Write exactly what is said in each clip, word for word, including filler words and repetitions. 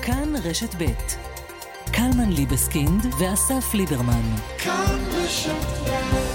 כאן רשת ב' קלמן ליבסקינד ואסף ליברמן. כאן רשת ב'.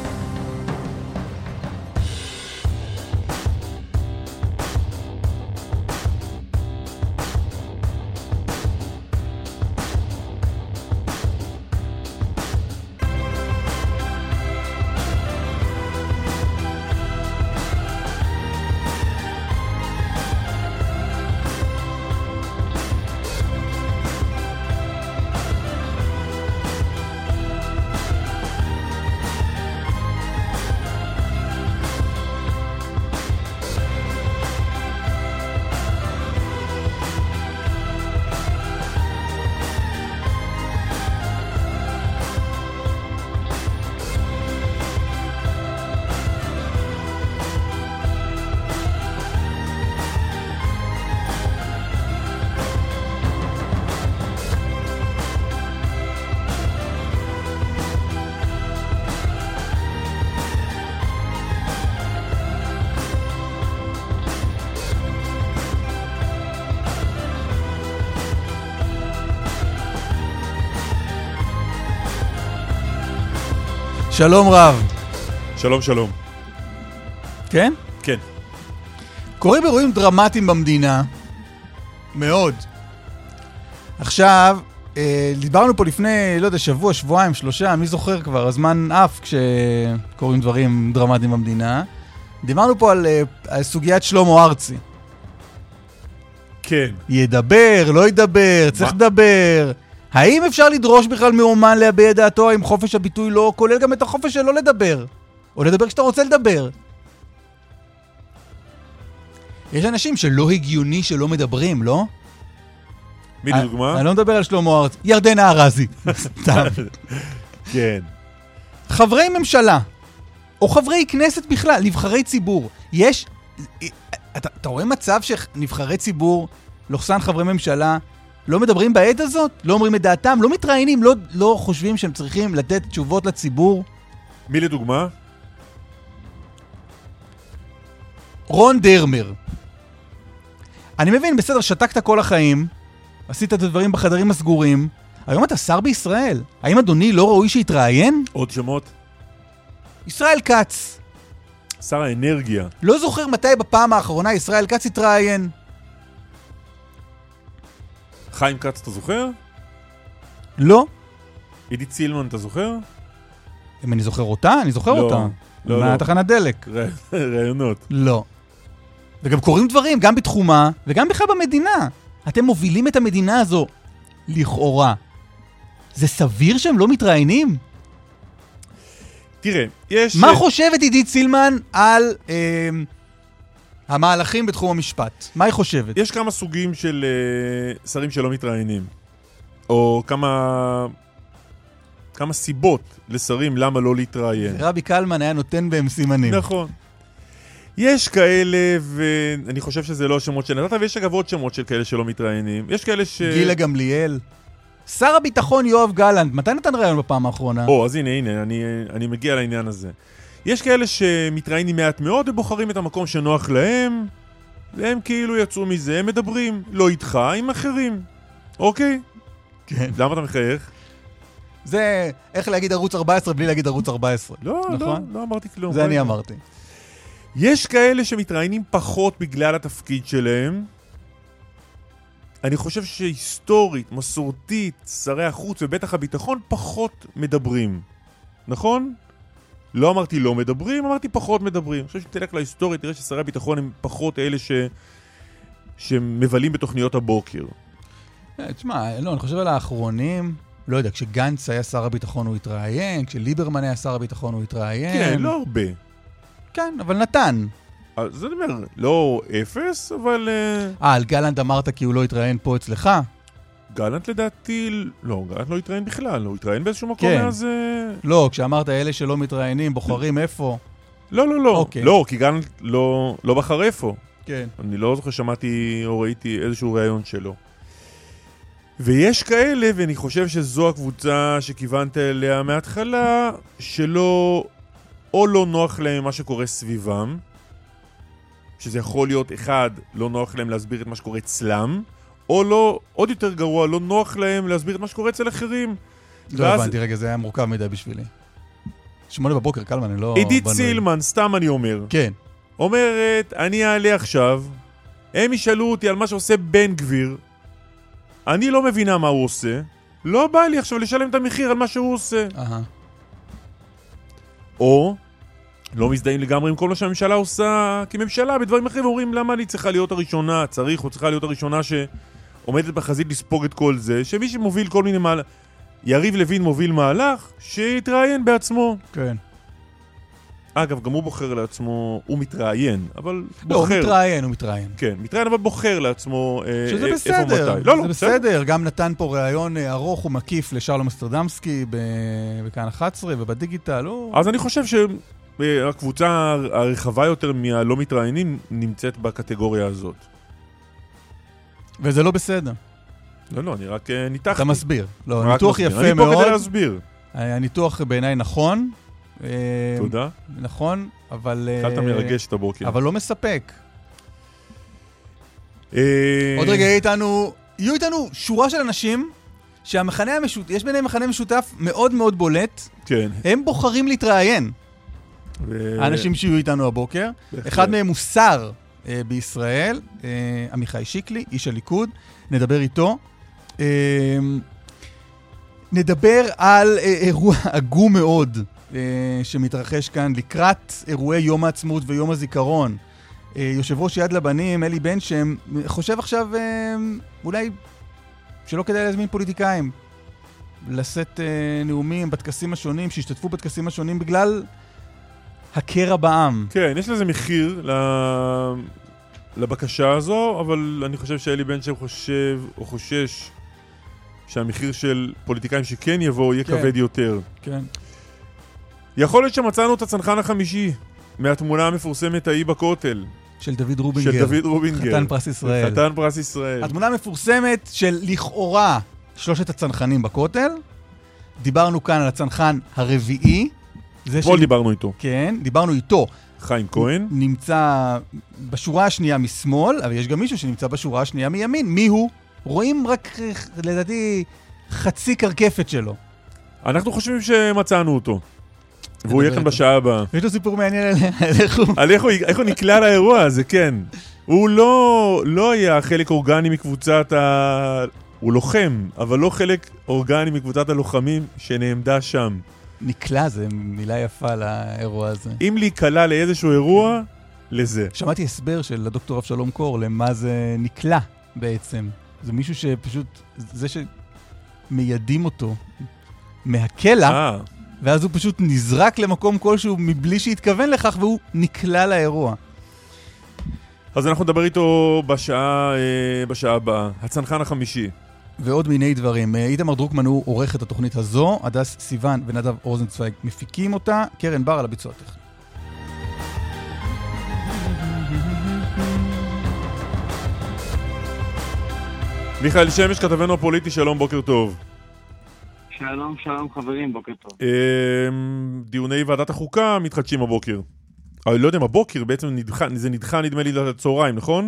שלום רב. שלום שלום. כן? כן. קוראים אירועים דרמטיים במדינה. מאוד. עכשיו, אה, דיברנו פה לפני, לא יודע, שבוע, שבועיים, שלושה, מי זוכר כבר, הזמן אף כשקוראים דברים דרמטיים במדינה. דיברנו פה על, אה, על סוגיית שלמה ארצי. כן. ידבר, לא ידבר, צריך לדבר. האם אפשר לדרוש בכלל מאומן להביע דעתו, אם חופש הביטוי לא כולל גם את החופש שלא לדבר? או לדבר כשאתה רוצה לדבר? יש אנשים שלא הגיוני שלא מדברים, לא? מי לדוגמה? אני לא מדבר על שלמה ארצי. ירדנה ארזי. סתם. כן. חברי ממשלה, או חברי כנסת בכלל, נבחרי ציבור. יש... אתה, אתה רואה מצב שנבחרי ציבור, לוחסן חברי ממשלה, לא מדברים בעת הזאת? לא אומרים את דעתם? לא מתראיינים? לא, לא חושבים שהם צריכים לתת תשובות לציבור? מי לדוגמה? רון דרמר. אני מבין, בסדר, שתקת כל החיים, עשית את הדברים בחדרים הסגורים, היום אתה שר בישראל. האם אדוני לא ראוי שיתראיין? עוד שמות? ישראל כץ. שר האנרגיה. לא זוכר מתי בפעם האחרונה ישראל כץ התראיין. חיים כץ, אתה זוכר? לא. עידית סילמן, אתה זוכר? אם אני זוכר אותה, אני זוכר לא, אותה. לא, לא. מהתחנת דלק. רעיונות. לא. וגם קוראים דברים, גם בתחומה, וגם בכלל במדינה. אתם מובילים את המדינה הזו, לכאורה. זה סביר שהם לא מתראיינים? תראה, יש... מה חושבת עידית סילמן על אה, המהלכים בתחום המשפט? מה היא חושבת? יש כמה סוגים של uh, שרים שלא מתראיינים. או כמה... כמה סיבות לשרים למה לא להתראיין. רבי קלמן היה נותן בהם סימנים. נכון. יש כאלה, ואני חושב שזה לא שמות שנתת, ויש אגב עוד שמות של כאלה שלא מתראיינים. יש כאלה ש... גילה גמליאל. שר הביטחון יואב גלנט, מתי נתן ראיון בפעם האחרונה? או, אז הנה, הנה, אני, אני מגיע לעניין הזה. יש כאלה שמתראיינים מעט מאוד ובוחרים את המקום שנוח להם, והם כאילו יצאו מזה, הם מדברים, לא איתך, עם אחרים. אוקיי? כן. למה אתה מחייך? זה איך להגיד ערוץ ארבע עשרה בלי להגיד ערוץ ארבע עשרה. לא, נכון? לא, לא אמרתי כלום. זה אני אמרתי. יש כאלה שמתראיינים פחות בגלל התפקיד שלהם. אני חושב שהיסטורית, מסורתית, שרי החוץ ובטח הביטחון פחות מדברים. נכון? לא אמרתי לא מדברים, אמרתי פחות מדברים. אני חושב שתלך להיסטורית, תראה ששרי הביטחון הם פחות אלה ש... שמבלים בתוכניות הבוקר. תשמע, לא, אני חושב על האחרונים, לא יודע, כשגנץ היה שר הביטחון הוא התראיין, כשליברמן היה שר הביטחון הוא התראיין. כן, לא הרבה. כן, אבל נתן. אז זה אומר, לא אפס, אבל... אה, על גלנט אמרת כי הוא לא התראיין פה אצלך? גלנט לדעתי, לא, גלנט לא התראיין בכלל, הוא התראיין באיזשהו מקום כן. מאז... לא, כשאמרת אלה שלא מתראיינים, בוחרים איפה? לא, לא, לא. אוקיי. לא, כי גלנט לא, לא בחר איפה. כן. אני לא זוכר שמעתי או ראיתי איזשהו ראיון שלו. ויש כאלה, ואני חושב שזו הקבוצה שכיוונת אליה מההתחלה, שלא, או לא נוח להם מה שקורה סביבם, שזה יכול להיות אחד, לא נוח להם להסביר את מה שקורה אצלם, או לא, עוד יותר גרוע, לא נוח להם להסביר את מה שקורה אצל אחרים. לא הבנתי, רגע, זה היה מורכב מדי בשבילי. שמונה בבוקר, קלמן, אני לא... עידית סילמן, סתם אני אומר. כן. אומרת, אני אעלה עכשיו, הם ישאלו אותי על מה שעושה בן גביר, אני לא מבינה מה הוא עושה, לא בא לי עכשיו לשלם את המחיר על מה שהוא עושה. אהה. או, לא מזדהים לגמרי עם כל מה שהממשלה עושה כממשלה, בדברים אחרים אומרים למה אני צריכה להיות הראשונה, צריך או צריכה להיות הראשונה שעומדת בחזית לספוג את כל זה, שמי שמוביל כל מיני מהלך, יריב לוין מוביל מהלך, שיתראיין בעצמו. כן. אגב, גם הוא בוחר לעצמו, הוא מתראיין, אבל לא, בוחר. הוא מתראיין, הוא מתראיין. כן, מתראיין אבל בוחר לעצמו שזה אה, בסדר, איפה מתי. לא, זה לא, בסדר. גם נתן פה ראיון ארוך ומקיף לשרלום אמסטרדמסקי בכאן אחת עשרה ובדיגיטל. אז אני חושב שהקבוצה הרחבה יותר מהלא מתראיינים נמצאת בקטגוריה הזאת. וזה לא בסדר. לא, לא, אני רק ניתחתי. אתה מסביר. לא, רק ניתוח מסביר. יפה אני פה מאוד. כדי להסביר. הניתוח בעיניי נכון. תודה. נכון, אבל... התחלת מרגש את הבוקר. אבל לא מספק. עוד רגע יהיה איתנו, יהיו איתנו שורה של אנשים שהמחנה המשותף, יש ביניהם מחנה משותף מאוד מאוד בולט. כן. הם בוחרים להתראיין. האנשים שיהיו איתנו הבוקר. אחד מהם הוא שר בישראל, עמיחי שיקלי, איש הליכוד. נדבר איתו. נדבר על אירוע עגום מאוד שמתרחש כאן לקראת אירועי יום העצמאות ויום הזיכרון. יושב ראש יד לבנים, אלי בן שם, חושב עכשיו אולי שלא כדאי להזמין פוליטיקאים לשאת נאומים בטקסים השונים, שהשתתפו בטקסים השונים בגלל הקרע בעם. כן, יש לזה מחיר לבקשה הזו, אבל אני חושב שאלי בן שם חושב או חושש שהמחיר של פוליטיקאים שכן יבואו יהיה כבד יותר. כן. יכול להיות שמצאנו את הצנחן החמישי מהתמונה המפורסמת ההיא בכותל. של דוד רובינגר. של דוד רובינגר. חתן פרס ישראל. חתן פרס ישראל. התמונה המפורסמת של לכאורה שלושת הצנחנים בכותל. דיברנו כאן על הצנחן הרביעי. אתמול דיברנו איתו. כן, דיברנו איתו. חיים כהן. נמצא בשורה השנייה משמאל, אבל יש גם מישהו שנמצא בשורה השנייה מימין. מי הוא? רואים רק, לדעתי, חצי קרקפת שלו. אנחנו חושבים שמצאנו אותו. והוא יהיה כאן בשעה הבאה. יש לו סיפור מעניין על איך הוא... איך הוא נקלע לאירוע הזה, כן. הוא לא, לא היה חלק אורגני מקבוצת ה... הוא לוחם, אבל לא חלק אורגני מקבוצת הלוחמים שנעמדה שם. נקלע, זה מילה יפה לאירוע הזה. אם להיקלע לאיזשהו אירוע, לזה. שמעתי הסבר של הדוקטור אבשלום קור למה זה נקלע בעצם. זה מישהו שפשוט, זה שמיידים אותו מהקלע, ואז הוא פשוט נזרק למקום כלשהו מבלי שהתכוון לכך, והוא נקלע לאירוע. אז אנחנו נדבר איתו בשעה, בשעה הבאה. הצנחן החמישי. ועוד מיני דברים. איתמר דרוקמן הוא עורך את התוכנית הזו, הדס סיוון ונדב רוזנצוויג מפיקים אותה, קרן בר על הביצוע הטכני. מיכאל שמש, כתבנו הפוליטי, שלום, בוקר טוב. שלום, שלום חברים, בוקר טוב. דיוני ועדת החוקה מתחדשים הבוקר. אבל לא יודע אם הבוקר, בעצם נדחה, זה נדחה נדמה לי לצהריים, נכון?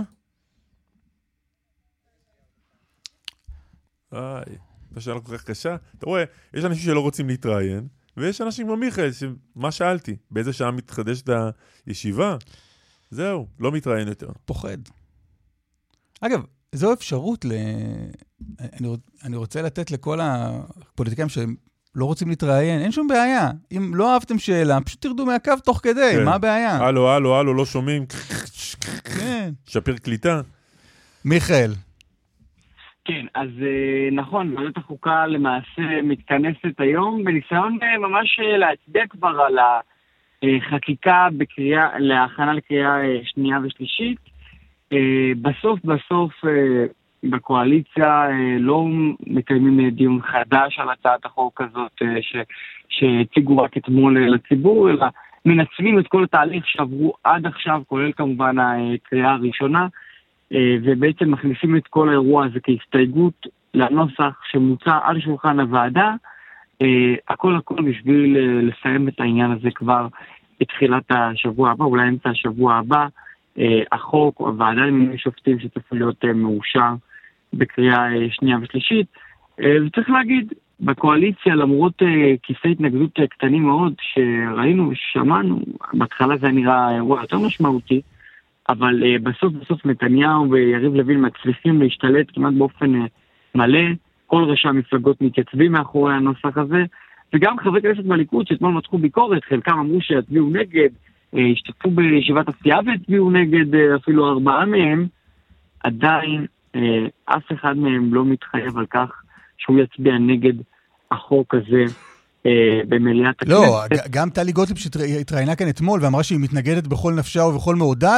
איי, זו שאלה כל כך קשה. אתה רואה, יש אנשים שלא רוצים להתראיין, ויש אנשים כמו מיכאל, שמה שאלתי? באיזה שעה מתחדשת הישיבה? זהו, לא מתראיין יותר. פוחד. אגב, זו אפשרות ל... אני, אני רוצה לתת לכל הפוליטיקאים שהם לא רוצים להתראיין, אין שום בעיה. אם לא אהבתם שאלה, פשוט תרדו מהקו תוך כדי, כן. מה הבעיה? הלו, הלו, הלו, לא שומעים. כן. שפיר קליטה. מיכאל. כן, אז נכון, ועדת החוקה למעשה מתכנסת היום, בניסיון ממש להצביע כבר על החקיקה בקריאה, להכנה לקריאה שנייה ושלישית. בסוף, בסוף, בקואליציה לא מקיימים דיון חדש על הצעת החוק הזאת ש, שהציגו רק אתמול לציבור, אלא מנצלים את כל התהליך שעברו עד עכשיו, כולל כמובן הקריאה הראשונה, ובעצם מכניסים את כל האירוע הזה כהסתייגות לנוסח שמוצע על שולחן הוועדה, הכל הכל בשביל לסיים את העניין הזה כבר בתחילת השבוע הבא, אולי אמצע השבוע הבא, החוק או הוועדה למינוי שופטים שצריך להיות מאושר בקריאה שנייה ושלישית. וצריך להגיד, בקואליציה, למרות כיסי התנגדות קטנים מאוד, שראינו ושמענו, בהתחלה זה נראה אירוע יותר משמעותי, אבל בסוף בסוף נתניהו ויריב לוין מצליחים להשתלט כמעט באופן מלא, כל ראשי המפלגות מתייצבים מאחורי הנוסח הזה, וגם חברי כנסת מהליכוד שאתמול מצחו ביקורת, חלקם אמרו שיצביעו נגד, השתתפו בישיבת הסיעה והצביעו נגד, אפילו ארבעה מהם, עדיין אף אחד מהם לא מתחייב על כך שהוא יצביע נגד החוק הזה במליאת הכנסת. לא, גם טלי גוטליב שהתראיינה כאן אתמול ואמרה שהיא מתנגדת בכל נפשה ובכל מאודה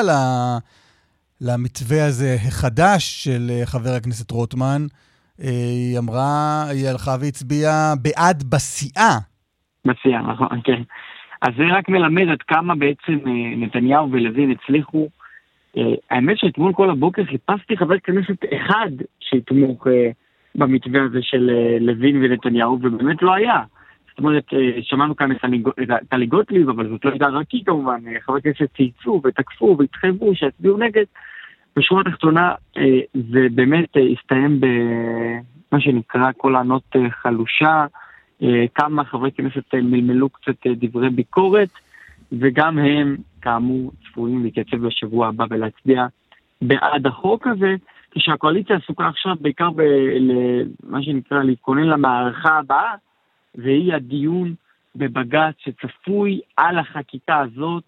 למתווה הזה החדש של חבר הכנסת רוטמן, היא אמרה, היא הלכה והצביעה בעד בסיעה. בסיעה, נכון, כן. אז זה רק מלמד עד כמה בעצם נתניהו ולוין הצליחו. האמת שאתמול כל הבוקר חיפשתי חבר כנסת אחד שיתמוך במתווה הזה של לוין ונתניהו, ובאמת לא היה. זאת אומרת, שמענו כאן את טלי גוטליב, אבל זאת לא הייתה רק היא כמובן. חבר כנסת צייצו ותקפו והתחייבו שהצביעו נגד. בשורה התחתונה זה באמת הסתיים במה שנקרא כל הענות חלושה, כמה חברי כנסת מלמלו קצת דברי ביקורת, וגם הם כאמור צפויים להתייצב בשבוע הבא ולהצביע בעד החוק הזה, כשהקואליציה עסוקה עכשיו בעיקר במה שנקרא להתכונן למערכה הבאה, והיא הדיון בבג"ץ שצפוי על החקיקה הזאת.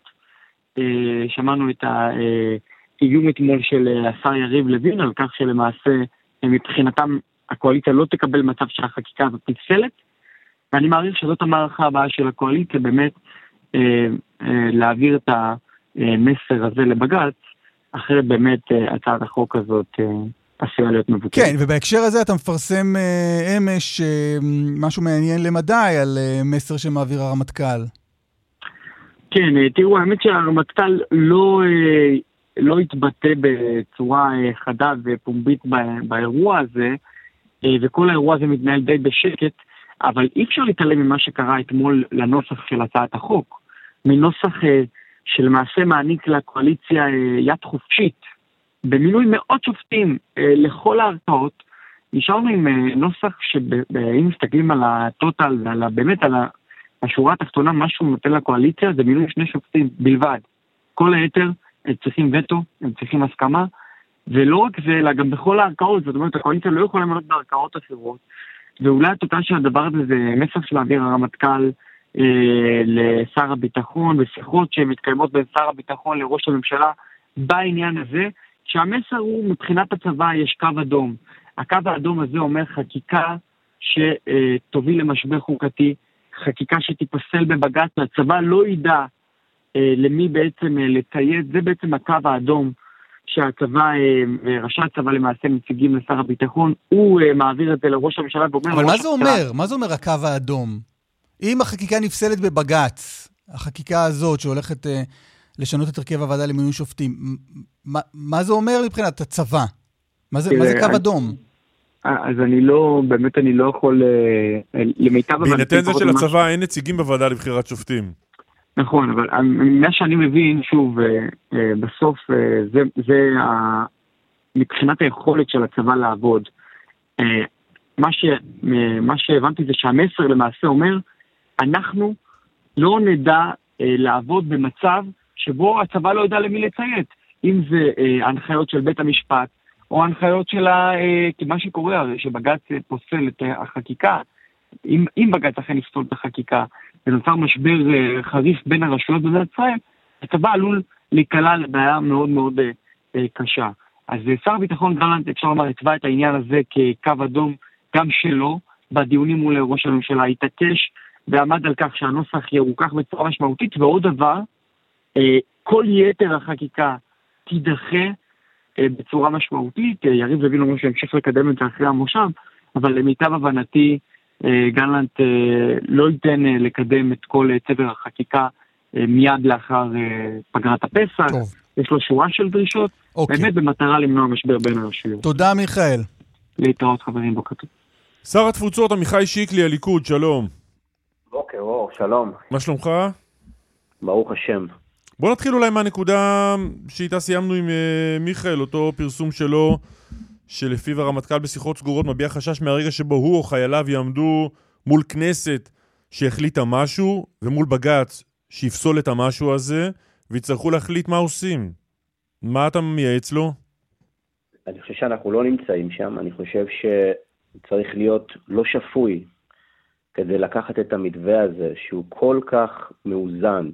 שמענו את האיום אתמול של השר יריב לוין על כך שלמעשה מבחינתם הקואליציה לא תקבל מצב שהחקיקה הזאת נפסלת, ואני מעריך שזאת המערכה הבאה של הקואליציה, באמת אה, אה, להעביר את המסר הזה לבג"ץ, אחרי באמת אה, הצעת החוק הזאת אה, עשויה להיות מבוקרת. כן, ובהקשר הזה אתה מפרסם אה, אמש אה, משהו מעניין למדי על אה, מסר שמעביר הרמטכ"ל. כן, אה, תראו, האמת שהרמטכ"ל לא, אה, לא התבטא בצורה אה, חדה ופומבית בא, באירוע הזה, אה, וכל האירוע הזה מתנהל די בשקט, אבל אי אפשר להתעלם ממה שקרה אתמול לנוסח של הצעת החוק, מנוסח אה, שלמעשה מעניק לקואליציה אה, יד חופשית, במינוי מאוד שופטים אה, לכל הערכאות. נשארנו עם אה, נוסח שאם מסתכלים על הטוטל ועל באמת על השורה התחתונה, משהו נותן לקואליציה, זה מינוי שני שופטים בלבד. כל היתר הם צריכים וטו, הם צריכים הסכמה, ולא רק זה, אלא גם בכל הערכאות. זאת אומרת, הקואליציה לא יכולה למנות בערכאות אחרות, ואולי התוצאה של הדבר הזה זה מסר שמעביר הרמטכ"ל אה, לשר הביטחון, ושיחות שמתקיימות בין שר הביטחון לראש הממשלה בעניין הזה, שהמסר הוא מבחינת הצבא יש קו אדום. הקו האדום הזה אומר חקיקה שתוביל למשבר חוקתי, חקיקה שתיפסל בבג"ץ, והצבא לא ידע אה, למי בעצם אה, לצייד, זה בעצם הקו האדום שהצבא, ראשי הצבא למעשה מציגים לשר הביטחון, הוא מעביר את זה לראש הממשלה ואומר... אבל מה זה אומר? מה זה אומר הקו האדום? אם החקיקה נפסלת בבג"ץ, החקיקה הזאת שהולכת לשנות את הרכב הוועדה למינוי שופטים, מה זה אומר מבחינת הצבא? מה זה קו אדום? אז אני לא, באמת אני לא יכול... למיטב... בהינתן זה של הצבא אין נציגים בוועדה לבחירת שופטים. נכון, אבל מה שאני מבין, שוב, בסוף זה, זה מבחינת היכולת של הצבא לעבוד. מה, ש, מה שהבנתי זה שהמסר למעשה אומר, אנחנו לא נדע לעבוד במצב שבו הצבא לא יודע למי לציית. אם זה הנחיות של בית המשפט, או הנחיות של מה שקורה, שבג"ץ פוסל את החקיקה, אם, אם בג"ץ אכן יפסול את החקיקה, ונוצר משבר חריף בין הרשויות במדינת ישראל, הצבא עלול להיקלע לבעיה מאוד מאוד קשה. אז שר הביטחון גלנט, אפשר לומר, הצבא את העניין הזה כקו אדום גם שלו, בדיונים מול ראש הממשלה התעקש, ועמד על כך שהנוסח ירוכך בצורה משמעותית, ועוד דבר, כל יתר החקיקה תידחה בצורה משמעותית, יריב לוין אומר שהמשך לקדם את זה אחרי המושב, אבל למיטב הבנתי, גלנט לא ייתן לקדם את כל צבר החקיקה מיד לאחר פגרת הפסח. טוב. יש לו שורה של דרישות, אוקיי. באמת במטרה למנוע משבר בין הרשויות. תודה מיכאל. להתראות חברים, בוקר טוב. שר התפוצות עמיחי שיקלי, הליכוד, שלום. בוקר אור, שלום. מה שלומך? ברוך השם. בוא נתחיל אולי מהנקודה שאיתה סיימנו עם מיכאל, אותו פרסום שלו שלפיו הרמטכ"ל בשיחות סגורות מביע חשש מהרגע שבו הוא או חייליו יעמדו מול כנסת שהחליטה משהו, ומול בג"ץ שיפסול את המשהו הזה, ויצטרכו להחליט מה עושים. מה אתה מייעץ לו? אני חושב שאנחנו לא נמצאים שם, אני חושב שצריך להיות לא שפוי, כדי לקחת את המתווה הזה, שהוא כל כך מאוזן,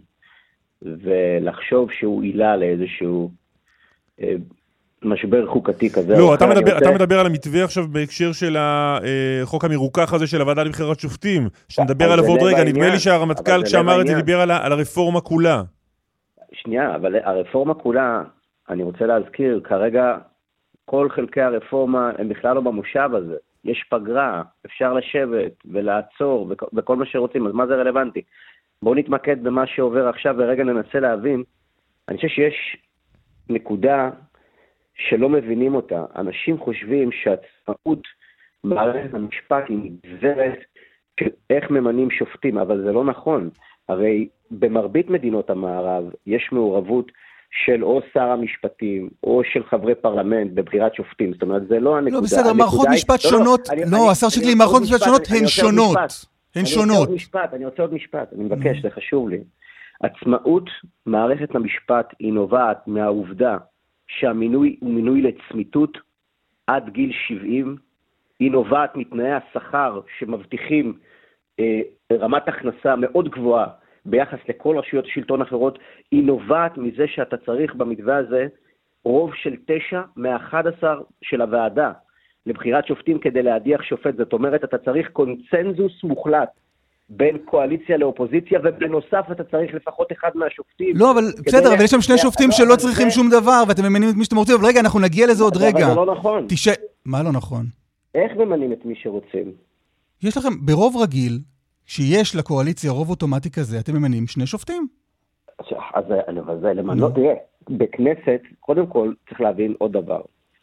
ולחשוב שהוא עילה לאיזשהו אה, משבר חוקתי כזה. לא, אתה מדבר, אתה מדבר על המתווה עכשיו בהקשר של החוק המרוכך הזה של הוועדה לבחירת שופטים, שנדבר עליו עוד רגע. נדמה לי שהרמטכ"ל כשאמר את זה דיבר על, על הרפורמה כולה. שנייה, אבל הרפורמה כולה, אני רוצה להזכיר, כרגע כל חלקי הרפורמה הם בכלל לא במושב הזה. יש פגרה, אפשר לשבת ולעצור וכל מה שרוצים, אז מה זה רלוונטי? בואו נתמקד במה שעובר עכשיו ורגע ננסה להבין. אני חושב שיש נקודה שלא מבינים אותה. אנשים חושבים שהעצמאות מערכת המשפט היא נגזרת של איך ממנים שופטים, אבל זה לא נכון. הרי במרבית מדינות המערב יש מעורבות של או שר המשפטים, או של חברי פרלמנט בבחירת שופטים. זאת אומרת, זה לא הנקודה. לא, בסדר, מערכות משפט שונות, לא, השר שיקלי, מערכות משפט שונות הן שונות. הן שונות. אני רוצה עוד משפט, אני מבקש, זה חשוב לי. עצמאות מערכת המשפט היא נובעת מהעובדה שהמינוי הוא מינוי לצמיתות עד גיל שבעים, היא נובעת מתנאי השכר שמבטיחים אה, רמת הכנסה מאוד גבוהה ביחס לכל רשויות השלטון אחרות, היא נובעת מזה שאתה צריך במתווה הזה רוב של תשע מאחד עשר של הוועדה לבחירת שופטים כדי להדיח שופט. זאת אומרת, אתה צריך קונצנזוס מוחלט בין קואליציה לאופוזיציה, ובנוסף אתה צריך לפחות אחד מהשופטים. לא, אבל בסדר, אבל יש שם שני שופטים שלא צריכים שום דבר, ואתם ממנים את מי שאתם רוצים, אבל רגע, אנחנו נגיע לזה עוד רגע. אבל זה לא נכון. מה לא נכון? איך ממנים את מי שרוצים? יש לכם, ברוב רגיל, שיש לקואליציה רוב אוטומטי כזה, אתם ממנים שני שופטים. אז זה למנות, תראה, בכנסת, קודם כל צריך להבין עוד דבר.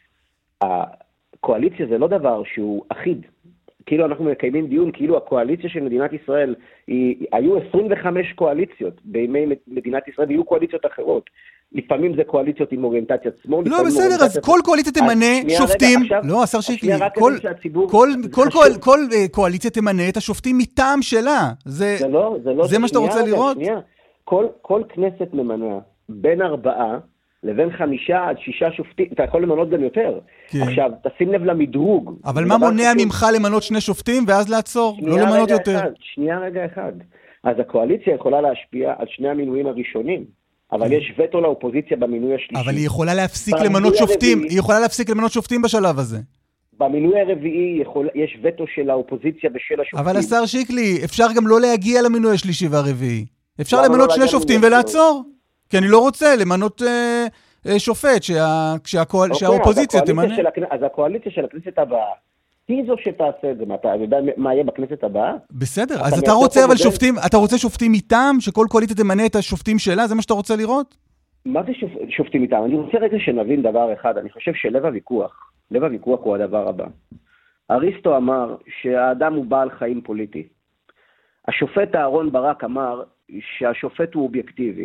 הקואליציה זה לא דבר שהוא אחיד. כאילו אנחנו מקיימים דיון, כאילו הקואליציה של מדינת ישראל, היא, היו עשרים וחמש קואליציות בימי מדינת ישראל, ויהיו קואליציות אחרות. לפעמים זה קואליציות עם אוריינטציית שמאל. לא, בסדר, אז כל קואליציה תמנה שופטים, לא, השר שיקלי, כל קואליציה תמנה את השופטים מטעם שלה. זה מה שאתה רוצה לראות? כל כנסת ממנה בין ארבעה, לבין חמישה עד שישה שופטים, אתה יכול למנות גם יותר. עכשיו, תשים לב למדרוג. אבל מה מונע ממך למנות שני שופטים ואז לעצור? לא למנות יותר. שנייה רגע אחד. אז הקואליציה יכולה להשפיע על שני המינויים הראשונים, אבל יש וטו לאופוזיציה במינוי השלישי. אבל היא יכולה להפסיק למנות שופטים, היא יכולה להפסיק למנות שופטים בשלב הזה. במינוי הרביעי יש וטו של האופוזיציה ושל השופטים. אבל השר שיקלי, אפשר גם לא להגיע למינוי השלישי והרביעי. אפשר למנות שני שופטים ולעצור. כי אני לא רוצה למנות אה, אה, שופט שה, כשהקואל, אוקיי, שהאופוזיציה תמנה. הכ... אז הקואליציה של הכנסת הבאה, היא זו שתעשה את זה. אתה יודע מה יהיה בכנסת הבאה? בסדר, אז אתה רוצה אבל שופטים, אתה רוצה שופטים איתם, שכל קואליציה תמנה את השופטים שלה? זה מה שאתה רוצה לראות? מה זה שופ... שופטים איתם? אני רוצה רגע שנבין דבר אחד. אני חושב שלב הוויכוח, לב הוויכוח הוא הדבר הבא. אריסטו אמר שהאדם הוא בעל חיים פוליטי. השופט אהרון ברק אמר שהשופט הוא אובייקטיבי.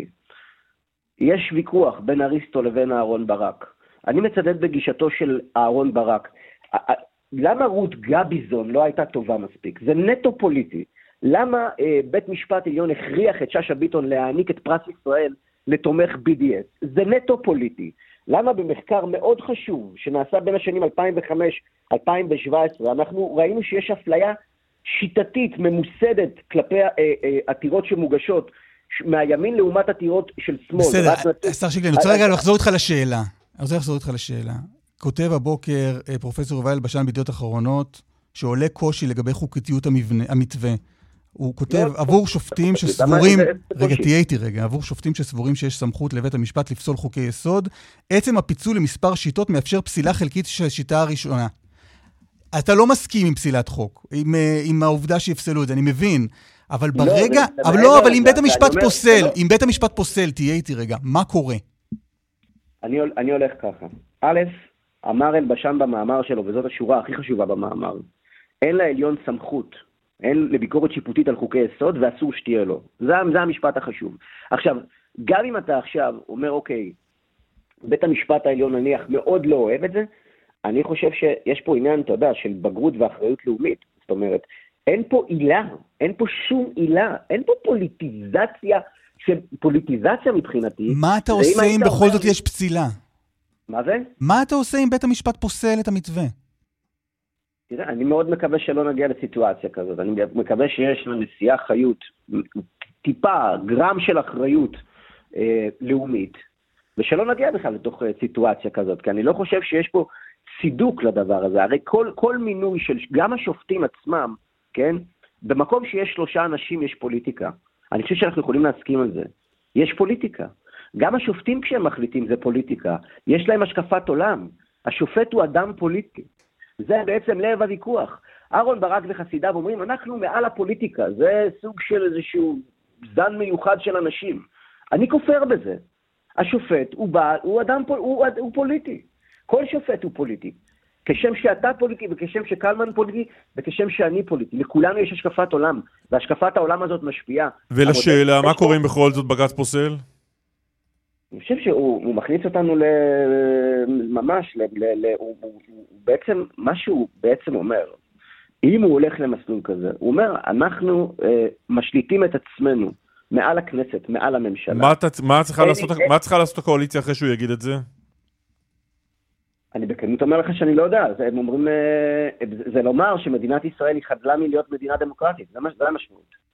יש ויכוח בין אריסטו לבין אהרון ברק. אני מצדד בגישתו של אהרון ברק. למה רות גביזון לא הייתה טובה מספיק? זה נטו פוליטי. למה אה, בית משפט עליון הכריח את שאשא ביטון להעניק את פרס ישראל לתומך בי די אס? זה נטו פוליטי. למה במחקר מאוד חשוב שנעשה בין השנים אלפיים וחמש עד אלפיים שבע עשרה אנחנו ראינו שיש אפליה שיטתית, ממוסדת כלפי אה, אה, עתירות שמוגשות מהימין לעומת עתירות של שמאל. בסדר, השר שיקלי, אני רוצה רגע לחזור איתך לשאלה. אני רוצה לחזור איתך לשאלה. כותב הבוקר פרופסור יובל אלבשן בידיעות אחרונות, שעולה קושי לגבי חוקתיות המתווה. הוא כותב, עבור שופטים שסבורים, רגע, תהיה איתי רגע, עבור שופטים שסבורים שיש סמכות לבית המשפט לפסול חוקי יסוד, עצם הפיצול למספר שיטות מאפשר פסילה חלקית של השיטה הראשונה. אתה לא מסכים עם פסילת חוק, עם, עם העובדה שיפסלו את זה, אני מבין. אבל ברגע, אבל לא, אבל אם בית המשפט פוסל, אם בית המשפט פוסל, תהיה איתי רגע, מה קורה? אני, אני הולך ככה. א', אמר אלבשן במאמר שלו, וזאת השורה הכי חשובה במאמר, אין לעליון סמכות, אין לביקורת שיפוטית על חוקי יסוד, ואסור שתהיה לו. זה, זה המשפט החשוב. עכשיו, גם אם אתה עכשיו אומר, אוקיי, בית המשפט העליון נניח מאוד לא אוהב את זה, אני חושב שיש פה עניין, אתה יודע, של בגרות ואחריות לאומית. זאת אומרת, אין פה עילה, אין פה שום עילה, אין פה פוליטיזציה, פוליטיזציה מבחינתי. מה אתה עושה אם בכל זאת יש פסילה? מה זה? מה אתה עושה אם בית המשפט פוסל את המתווה? תראה, אני מאוד מקווה שלא נגיע לסיטואציה כזאת. אני מקווה שיש לנשיאה חיות, טיפה, גרם של אחריות אה, לאומית, ושלא נגיע בכלל לתוך אה, סיטואציה כזאת, כי אני לא חושב שיש פה צידוק לדבר הזה. הרי כל, כל מינוי של, גם השופטים עצמם, כן? במקום שיש שלושה אנשים יש פוליטיקה. אני חושב שאנחנו יכולים להסכים על זה. יש פוליטיקה. גם השופטים כשהם מחליטים זה פוליטיקה. יש להם השקפת עולם. השופט הוא אדם פוליטי. זה בעצם לב הוויכוח. אהרון ברק וחסידיו אומרים, אנחנו מעל הפוליטיקה. זה סוג של איזשהו זן מיוחד של אנשים. אני כופר בזה. השופט הוא, בא, הוא אדם הוא, הוא פוליטי. כל שופט הוא פוליטי. כשם שאתה פוליטי, וכשם שקלמן פוליטי, וכשם שאני פוליטי. לכולנו יש השקפת עולם, והשקפת העולם הזאת משפיעה. ולשאלה, מה קורה אם בכל זאת בג"ץ פוסל? אני חושב שהוא מכניס אותנו ממש, הוא בעצם, מה שהוא בעצם אומר, אם הוא הולך למסלול כזה, הוא אומר, אנחנו משליטים את עצמנו מעל הכנסת, מעל הממשלה. מה צריכה לעשות הקואליציה אחרי שהוא יגיד את זה? אני בכנות אומר לך שאני לא יודע, הם אומרים, זה לומר שמדינת ישראל היא חדלה מלהיות מדינה דמוקרטית, זה המשמעות.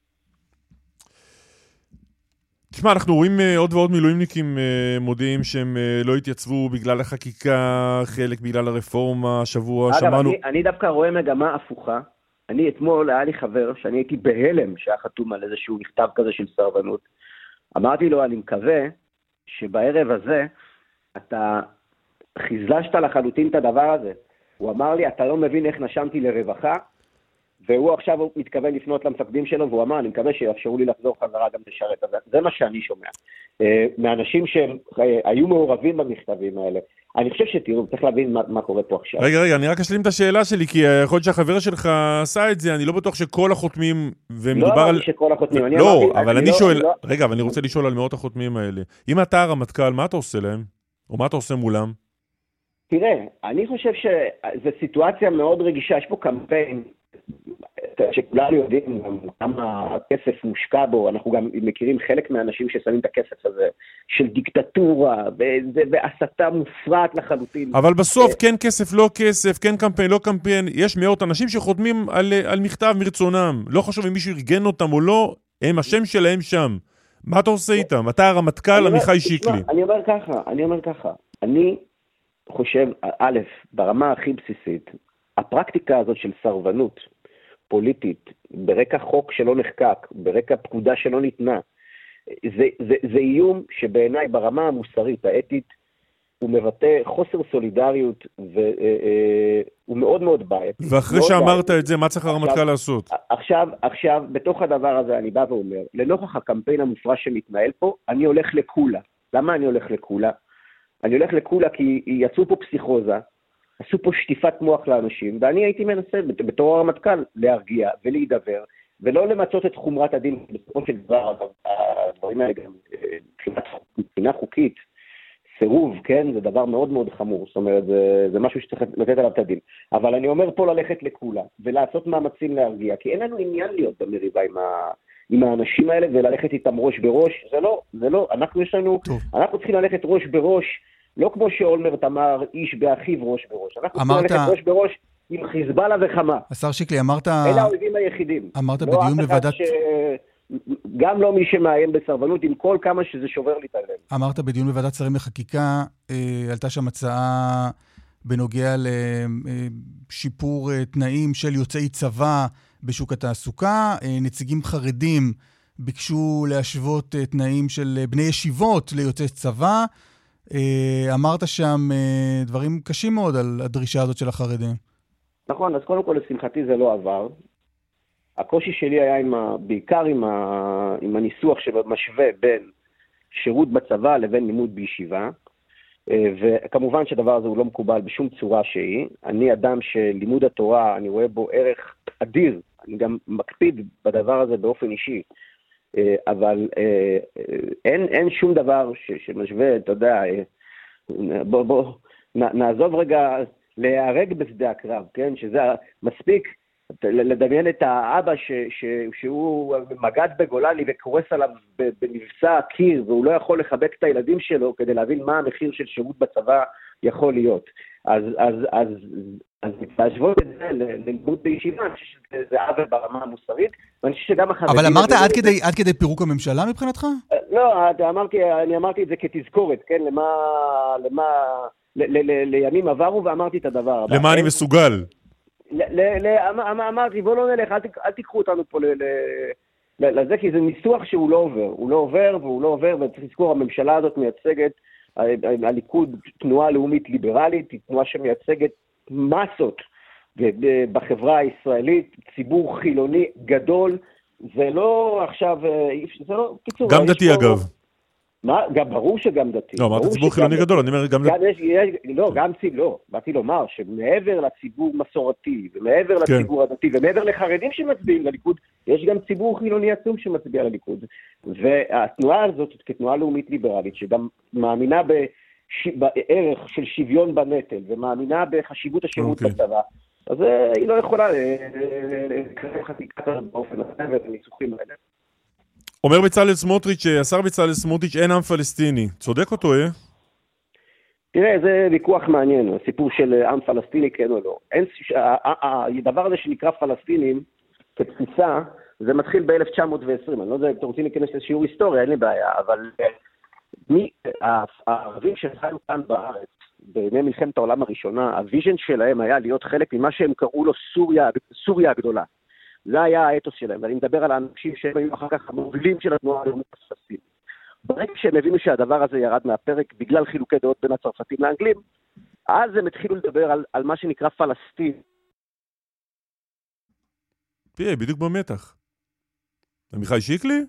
תשמע, אנחנו רואים עוד ועוד מילואימניקים מודיעים שהם לא התייצבו בגלל החקיקה, חלק בגלל הרפורמה, שבוע, שמענו... אגב, אני דווקא רואה מגמה הפוכה. אני אתמול, היה לי חבר שאני הייתי בהלם שהיה חתום על איזשהו מכתב כזה של סרבנות. אמרתי לו, אני מקווה שבערב הזה אתה חיזשת לחלוטין את הדבר הזה. הוא אמר לי, אתה לא מבין איך נשמתי לרווחה, והוא עכשיו מתכוון לפנות למפקדים שלו, והוא אמר, אני מקווה שיאפשרו לי לחזור חזרה גם לשרת. זה מה שאני שומע. מאנשים שהיו מעורבים במכתבים האלה. אני חושב שתראו, צריך להבין מה, מה קורה פה עכשיו. רגע, רגע, אני רק אשלים את השאלה שלי, כי יכול להיות שהחבר שלך עשה את זה, אני לא בטוח שכל החותמים, ומדובר לא על... אמרתי שכל החותמים. אני לא, אמרתי, אבל אני אני לא, שואל... לא... רגע, אבל אני רוצה לשאול על מאות החותמים האלה. אם אתה הרמטכ"ל, מה אתה עושה להם? או מה אתה עושה מולם? תראה, אני חושב שזו סיטואציה מאוד רגישה, יש פה קמפיין, שכולנו יודעים כמה כסף מושקע בו, אנחנו גם מכירים חלק מהאנשים ששמים את הכסף הזה, של דיקטטורה, והסתה מופרעת לחלוטין. אבל בסוף כן כסף, לא כסף, כן קמפיין, לא קמפיין, יש מאות אנשים שחותמים על, על מכתב מרצונם, לא חשוב אם מישהו ארגן אותם או לא, הם השם שלהם שם. מה אתה עושה איתם? אתה הרמטכ"ל, עמיחי שיקלי. אני אומר ככה, אני אומר ככה, אני חושב, א', ברמה הכי בסיסית, הפרקטיקה הזאת של סרבנות פוליטית, ברקע חוק שלא נחקק, ברקע פקודה שלא ניתנה, זה, זה, זה איום שבעיניי ברמה המוסרית, האתית, הוא מבטא חוסר סולידריות, והוא מאוד מאוד בעייתי. ואחרי שאמרת את זה, מה צריך הרמטכ"ל לעשות? עכשיו, עכשיו, בתוך הדבר הזה אני בא ואומר, לנוכח הקמפיין המופרע שמתנהל פה, אני הולך לקולה. למה אני הולך לקולה? אני הולך לקולה כי יצאו פה פסיכוזה, עשו פה שטיפת מוח לאנשים, ואני הייתי מנסה בתור הרמטכ"ל להרגיע ולהידבר, ולא למצות את חומרת הדין. בסופו של דבר, הדברים האלה גם מבחינה חוקית, סירוב, כן, זה דבר מאוד מאוד חמור, זאת אומרת, זה, זה משהו שצריך לתת עליו את הדין. אבל אני אומר פה ללכת לכולה, ולעשות מאמצים להרגיע, כי אין לנו עניין להיות במריבה עם, ה, עם האנשים האלה, וללכת איתם ראש בראש, זה לא, זה לא, אנחנו יש לנו, טוב. אנחנו צריכים ללכת ראש בראש, לא כמו שאולמרט אמר, איש באחיו ראש בראש. אנחנו אמרת... צריכים ללכת ראש בראש עם חיזבאללה וחמה. השר שיקלי, אמרת... אלה האויבים היחידים. אמרת לא בדיון בוועדת... ש... גם לא מי שמאיים בסרבנות, עם כל כמה שזה שובר לי את הלב. אמרת בדיון בוועדת שרים לחקיקה, אה, עלתה שם הצעה בנוגע לשיפור אה, תנאים של יוצאי צבא בשוק התעסוקה. אה, נציגים חרדים ביקשו להשוות אה, תנאים של אה, בני ישיבות ליוצאי צבא. אה, אמרת שם אה, דברים קשים מאוד על הדרישה הזאת של החרדים. נכון, אז קודם כל לשמחתי זה לא עבר. הקושי שלי היה עם ה, בעיקר עם, ה, עם הניסוח שמשווה בין שירות בצבא לבין לימוד בישיבה, וכמובן שהדבר הזה הוא לא מקובל בשום צורה שהיא. אני אדם שלימוד התורה, אני רואה בו ערך אדיר, אני גם מקפיד בדבר הזה באופן אישי, אבל אין, אין שום דבר ש, שמשווה, אתה יודע, בוא, בוא, נעזוב רגע להיהרג בשדה הקרב, כן? שזה מספיק לדמיין את האבא ש, ש, שהוא מגד בגולני וקורס עליו בנבצע הקיר, והוא לא יכול לחבק את הילדים שלו כדי להבין מה המחיר של שירות בצבא יכול להיות. אז, אז, אז, אז להשוות את זה ללימוד בישיבה, אני חושב שזה עוול ברמה המוסרית, ואני חושב שגם החרדים... אבל אמרת עד כדי, עד כדי פירוק הממשלה מבחינתך? לא, אמרתי, אני אמרתי את זה כתזכורת, כן? למה, למה, ל, ל, ל, לימים עברו ואמרתי את הדבר הבא. למה אני מסוגל? אמרתי, בוא לא נלך, אל תיקחו אותנו פה לזה, כי זה ניסוח שהוא לא עובר. הוא לא עובר והוא לא עובר, וצריך לזכור, הממשלה הזאת מייצגת, הליכוד תנועה לאומית ליברלית, היא תנועה שמייצגת מסות בחברה הישראלית, ציבור חילוני גדול, זה לא עכשיו, זה לא, קיצור. גם דתי אגב. מה? גם ברור שגם דתי. לא, אמרת ציבור חילוני גדול, אני אומר גם דתי. לא, גם ציבור, לא, באתי לומר שמעבר לציבור מסורתי, ומעבר לציבור הדתי, ומעבר לחרדים שמצביעים לליכוד, יש גם ציבור חילוני עצום שמצביע לליכוד. והתנועה הזאת, כתנועה לאומית ליברלית, שגם מאמינה בערך של שוויון בנטל, ומאמינה בחשיבות השירות בצבא, אז היא לא יכולה לקרב חקיקה באופן הזה ובניסוחים האלה. אומר בצלאל סמוטריץ', השר בצלאל סמוטריץ', אין עם פלסטיני. צודק או טועה? תראה, זה ויכוח מעניין, הסיפור של עם פלסטיני כן או לא. אין, הדבר הזה שנקרא פלסטינים, כתפיסה, זה מתחיל ב-אלף תשע מאות ועשרים. אני לא יודע אם אתם רוצים להיכנס לשיעור היסטוריה, אין לי בעיה, אבל מי, הערבים שחיו כאן בארץ, בימי מלחמת העולם הראשונה, הוויז'ן שלהם היה להיות חלק ממה שהם קראו לו סוריה, סוריה הגדולה. זה היה האתוס שלהם, ואני מדבר על האנשים שהם היו אחר כך המובילים של התנועה הלאומית הפלסטינית. ברגע שהם הבינו שהדבר הזה ירד מהפרק בגלל חילוקי דעות בין הצרפתים לאנגלים, אז הם התחילו לדבר על, על מה שנקרא פלסטין. תראה, בדיוק במתח. עמיחי שיקלי?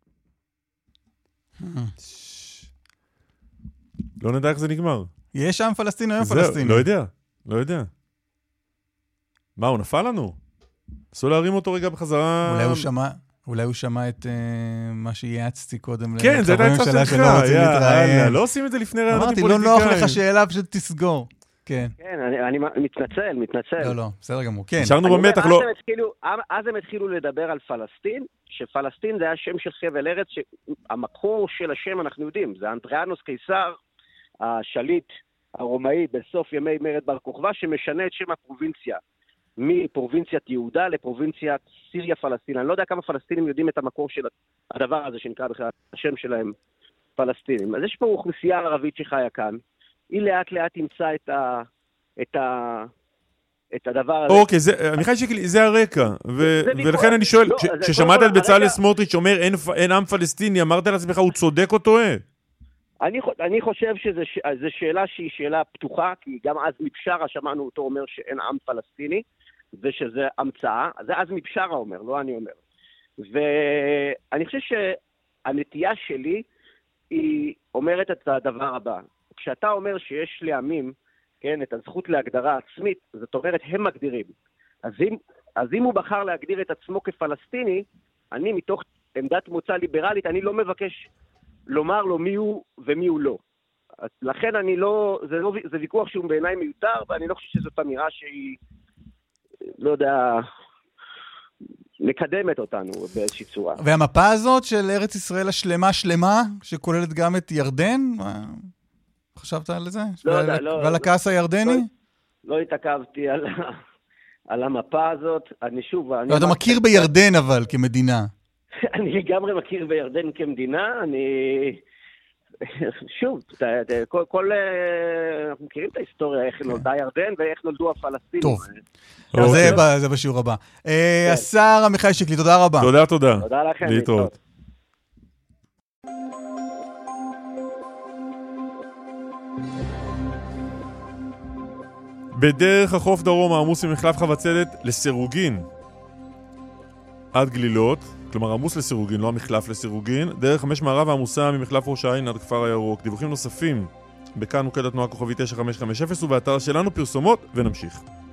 לא נדע איך זה נגמר. יש עם פלסטיני או עם פלסטיני? לא יודע, לא יודע. מה, הוא נפל לנו? עשו להרים אותו רגע בחזרה... אולי הוא שמע, אולי הוא שמע את uh, מה שיעצתי קודם. כן, זה הייתה הצעה שלך, יאללה, לא עושים את זה לפני רעיונות עם פוליטיקאים. אמרתי, לא נוח לך שאלה, פשוט תסגור. כן. כן, אני, אני מתנצל, מתנצל. לא, לא, בסדר גמור, כן. נשארנו במתח, לא... אז הם התחילו לדבר על פלסטין, שפלסטין זה היה שם של חבל ארץ, שהמקור של השם אנחנו יודעים, זה אנדריאנוס קיסר, השליט הרומאי בסוף ימי מרד בר כוכבא, שמשנה את שם הפרובינציה. מפרובינציית יהודה לפרובינציית סיריה פלסטין. אני לא יודע כמה פלסטינים יודעים את המקור של הדבר הזה שנקרא בכלל השם שלהם פלסטינים. אז יש פה אוכלוסייה ערבית שחיה כאן. היא לאט לאט תמצא את ה... את ה... את הדבר הזה. אוקיי, עמיחי שיקלי, זה הרקע. ולכן אני שואל, כששמעת את בצלאל סמוטריץ' אומר אין עם פלסטיני, אמרת לעצמך, הוא צודק או טועה? אני, אני חושב שזו שאלה שהיא שאלה פתוחה, כי גם אז מבשרה שמענו אותו אומר שאין עם פלסטיני, ושזה המצאה. זה אז מבשרה אומר, לא אני אומר. ואני חושב שהנטייה שלי היא אומרת את הדבר הבא. כשאתה אומר שיש לעמים, כן, את הזכות להגדרה עצמית, זאת אומרת, הם מגדירים. אז אם, אז אם הוא בחר להגדיר את עצמו כפלסטיני, אני מתוך עמדת מוצא ליברלית, אני לא מבקש לומר לו מי הוא ומי הוא לא. אז לכן אני לא, זה, לא, זה ויכוח שהוא בעיניי מיותר, ואני לא חושב שזאת אמירה שהיא, לא יודע, מקדמת אותנו באיזושהי צורה. והמפה הזאת של ארץ ישראל השלמה שלמה, שכוללת גם את ירדן, חשבת על זה? לא יודע, לא. ועל הכעס הירדני? לא התעכבתי על, על המפה הזאת. אני שוב... לא, אתה מכיר בירדן אבל כמדינה. אני לגמרי מכיר בירדן כמדינה, אני... שוב, כל, כל, אנחנו מכירים את ההיסטוריה, איך נולדה ירדן ואיך נולדו הפלסטינים. טוב, זה בשיעור הבא. השר עמיחי שיקלי, תודה רבה. תודה, תודה. תודה לכם. להתראות. בדרך החוף דרום העמוס ממחלף חבצלת לסירוגין עד גלילות, כלומר עמוס לסירוגין, לא המחלף לסירוגין. דרך חמש מערב העמוסה ממחלף ראש העין עד כפר הירוק. דיווחים נוספים בכאן מוקד התנועה כוכבי תשע חמש חמש אפס ובאתר שלנו. פרסומות ונמשיך.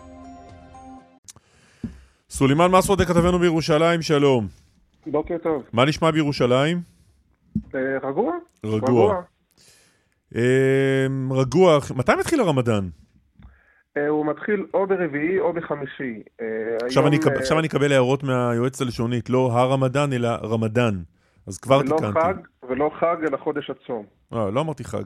סולימן מסוודה כתבנו בירושלים, שלום. בוקר טוב. מה נשמע בירושלים? רגוע. רגוע. רגוע. מתי מתחיל הרמדאן? הוא מתחיל או ברביעי או בחמישי. עכשיו אני, עכשיו אני אקבל הערות מהיועצת הלשונית, לא הרמדאן אלא רמדאן. אז כבר תיקנתי. ולא חג, ולא חג אלא חודש הצום. אה, לא אמרתי חג.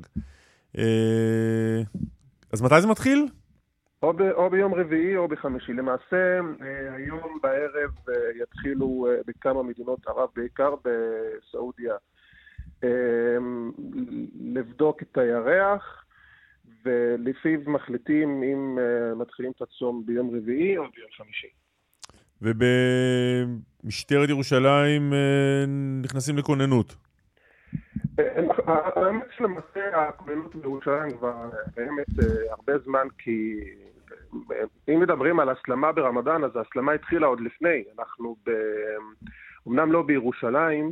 אז מתי זה מתחיל? או, ב, או ביום רביעי או בחמישי. למעשה, היום בערב יתחילו בכמה מדינות ערב, בעיקר בסעודיה, לבדוק את הירח, ולפיו מחליטים אם מתחילים את הצום ביום רביעי או ביום חמישי. ובמשטרת ירושלים נכנסים לכוננות? האמת שלמעשה הכוננות בירושלים כבר קיימת הרבה זמן, כי אם מדברים על הסלמה ברמדאן, אז ההסלמה התחילה עוד לפני. אנחנו ב... אמנם לא בירושלים,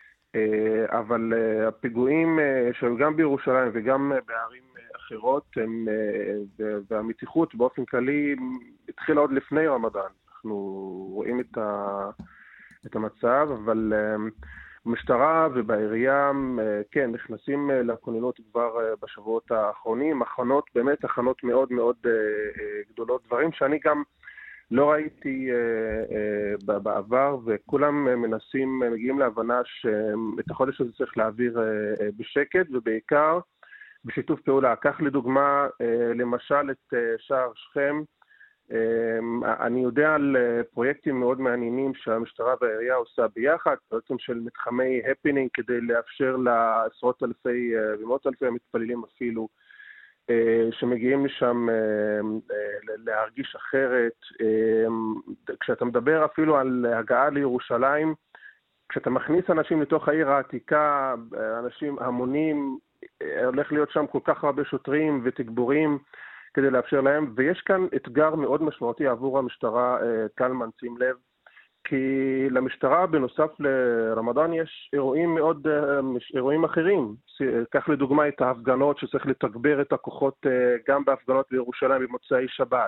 אבל הפיגועים שהיו גם בירושלים וגם בערים אחרות, הם, והמתיחות באופן כללי התחילה עוד לפני רמדאן. אנחנו רואים את, ה... את המצב, אבל במשטרה ובעירייה, כן, נכנסים לכוננות כבר בשבועות האחרונים, הכנות, באמת הכנות מאוד מאוד גדולות, דברים שאני גם לא ראיתי בעבר, וכולם מנסים, מגיעים להבנה שאת החודש הזה צריך להעביר בשקט, ובעיקר בשיתוף פעולה. כך לדוגמה, למשל את שער שכם, אני יודע על פרויקטים מאוד מעניינים שהמשטרה והעירייה עושה ביחד, פרויקטים של מתחמי הפינינג כדי לאפשר לעשרות אלפי ומאות אלפי המתפללים אפילו שמגיעים לשם להרגיש אחרת. כשאתה מדבר אפילו על הגעה לירושלים, כשאתה מכניס אנשים לתוך העיר העתיקה, אנשים המונים, הולך להיות שם כל כך הרבה שוטרים ותגבורים כדי לאפשר להם, ויש כאן אתגר מאוד משמעותי עבור המשטרה, קלמן, שים לב, כי למשטרה בנוסף לרמדאן יש אירועים מאוד, אירועים אחרים. כך לדוגמה את ההפגנות שצריך לתגבר את הכוחות גם בהפגנות בירושלים במוצאי שבת,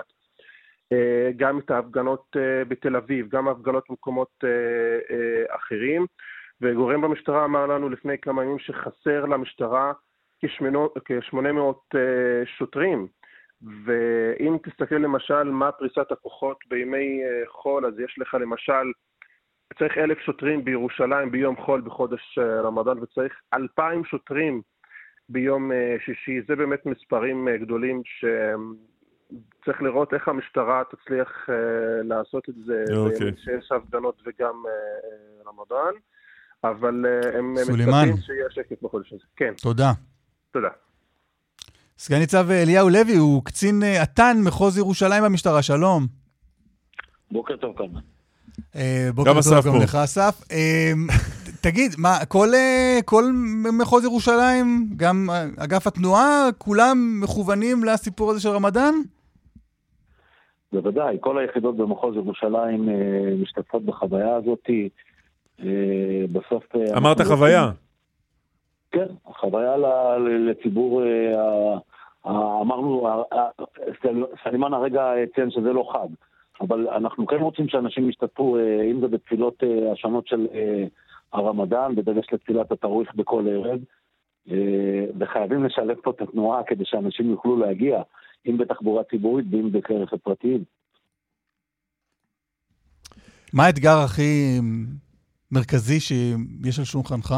גם את ההפגנות בתל אביב, גם ההפגנות במקומות אחרים, וגורם במשטרה אמר לנו לפני כמה ימים שחסר למשטרה כ-שמונה מאות שוטרים, ואם תסתכל למשל מה פריסת הכוחות בימי חול, אז יש לך למשל, צריך אלף שוטרים בירושלים ביום חול בחודש רמדאן, וצריך אלפיים שוטרים ביום שישי. זה באמת מספרים גדולים שצריך לראות איך המשטרה תצליח לעשות את זה, okay. שיש הפגנות וגם רמדאן, אבל הם סולימן. מצפים שיהיה שקט בחודש הזה. כן. תודה. תודה. סגן ניצב אליהו לוי הוא קצין עתן מחוז ירושלים במשטרה, שלום. בוקר טוב כמה. בוקר טוב גם לך אסף. תגיד, מה, כל, כל מחוז ירושלים, גם אגף התנועה, כולם מכוונים לסיפור הזה של רמדאן? בוודאי, כל היחידות במחוז ירושלים משתתפות בחוויה הזאת. בסוף... אמרת חוויה? כן, החוויה לציבור, אמרנו, סלימן הרגע ציין שזה לא חג, אבל אנחנו כן רוצים שאנשים ישתתפו, אם זה בתפילות השונות של הרמדאן, בדגש לתפילת התרוויח בכל ערב, וחייבים לשלב פה את התנועה כדי שאנשים יוכלו להגיע, אם בתחבורה ציבורית ואם בכלי רכב פרטיים. מה האתגר הכי מרכזי שיש על שולחנך?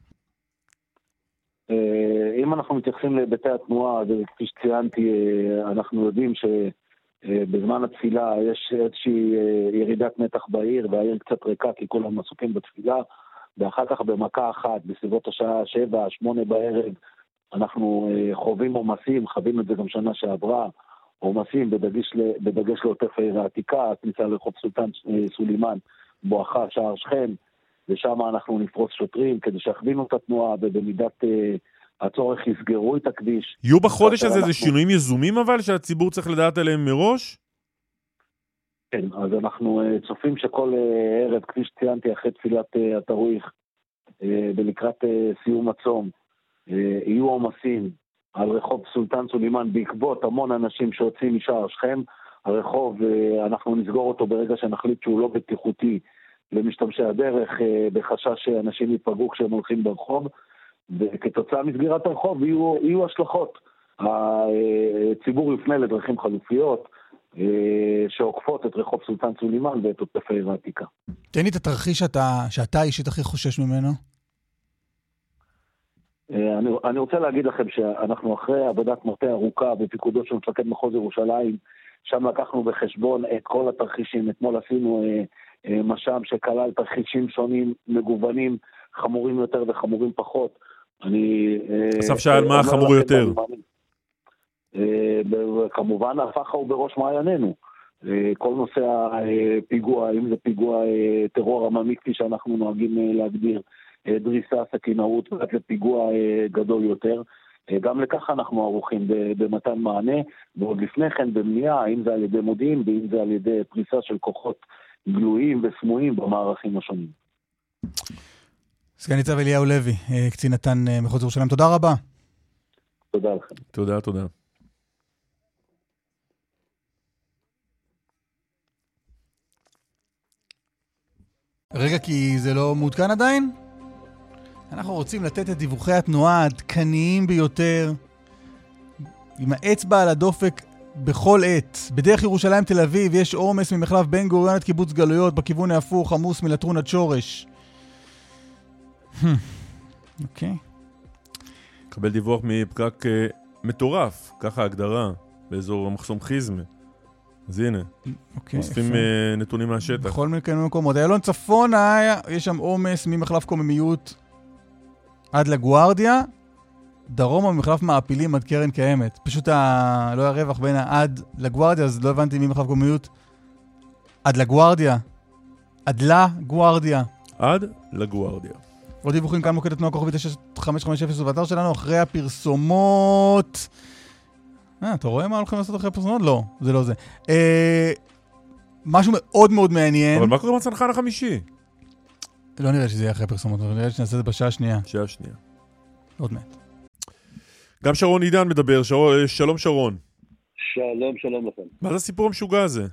אם אנחנו מתייחסים לבתי התנועה, כפי שציינתי, אנחנו יודעים שבזמן התפילה יש איזושהי ירידת מתח בעיר, והעיר קצת ריקה כי כולם עסוקים בתפילה, ואחר כך במכה אחת, בסביבות השעה שבע, שמונה בערב, אנחנו חווים עומסים, חווים את זה גם שנה שעברה, עומסים בדגש, בדגש לעוטף העיר העתיקה, הכניסה לרחוב סולטן סולימן, בואכה שער שכם, ושם אנחנו נפרוס שוטרים כדי שיכווינו את התנועה, ובמידת uh, הצורך יסגרו את הכביש. יהיו בחודש הזה אנחנו... זה שינויים יזומים אבל שהציבור צריך לדעת עליהם מראש? כן, אז אנחנו uh, צופים שכל uh, ערב, כפי שציינתי, אחרי תפילת uh, התרוויח, uh, ולקראת uh, סיום הצום, uh, יהיו עומסים על רחוב סולטן סולימן בעקבות המון אנשים שיוצאים משער שכם. הרחוב, uh, אנחנו נסגור אותו ברגע שנחליט שהוא לא בטיחותי, למשתמשי הדרך, בחשש שאנשים ייפגעו כשהם הולכים ברחוב, וכתוצאה מסגירת הרחוב יהיו, יהיו השלכות. הציבור יופנה לדרכים חלופיות, שעוקפות את רחוב סולטן סולימאן ואת עוטף העיר העתיקה. תן לי את התרחיש שאתה, שאתה אישית הכי חושש ממנו. אני, אני רוצה להגיד לכם שאנחנו אחרי עבודת מטה ארוכה בפיקודו של מפקד מחוז ירושלים, שם לקחנו בחשבון את כל התרחישים. אתמול עשינו אה, אה, משם שכלל תרחישים שונים, מגוונים, חמורים יותר וחמורים פחות. אני... אסף שאל מה חמור יותר? כמובן הפחה הוא בראש מעיינינו. כל נושא הפיגוע, אם זה פיגוע טרור עממי כפי שאנחנו נוהגים להגדיר, דריסה, סכינאות, לפיגוע גדול יותר. גם לכך אנחנו ערוכים במתן מענה, ועוד לפני כן במניעה, אם זה על ידי מודיעין, ואם זה על ידי פריסה של כוחות גלויים וסמויים במערכים השונים. סגן ניצב אליהו לוי, קצין נתן מחוז ירושלים, תודה רבה. תודה לכם. תודה, תודה. רגע, כי זה לא מעודכן עדיין? אנחנו רוצים לתת את דיווחי התנועה העדכניים ביותר, עם האצבע על הדופק בכל עת. בדרך ירושלים תל אביב יש עומס ממחלף בן גוריון עד קיבוץ גלויות, בכיוון ההפוך עמוס מלטרון עד שורש. אוקיי. קבל דיווח מפקק מטורף, ככה ההגדרה, באזור המחסום חיזמה. אז הנה, מוספים נתונים מהשטח. בכל מיני מקומות. איילון צפונה, יש שם עומס ממחלף קוממיות עד לגוארדיה, דרומה ממחלף מעפילים עד קרן קיימת. פשוט ה... לא היה רווח בין עד לגוארדיה, אז לא הבנתי ממחלף קוממיות עד לגוארדיה. עד לגוארדיה. עד לגוארדיה. עוד דיווחים כאן מוקד התנועה כוכבית תשע חמש חמש אפס ובאתר שלנו אחרי הפרסומות. אה, אתה רואה מה הולכים לעשות אחרי הפרסומות? לא, זה לא זה. אה, משהו מאוד מאוד מעניין. אבל מה קורה עם הצנחן החמישי? לא נראה שזה יהיה אחרי הפרסומות, אבל נראה שנעשה את זה בשעה השנייה. שעה שנייה. עוד מעט. גם שרון עידן מדבר, שרון, שלום שרון. שלום, שלום לכם. מה זה הסיפור המשוגע הזה?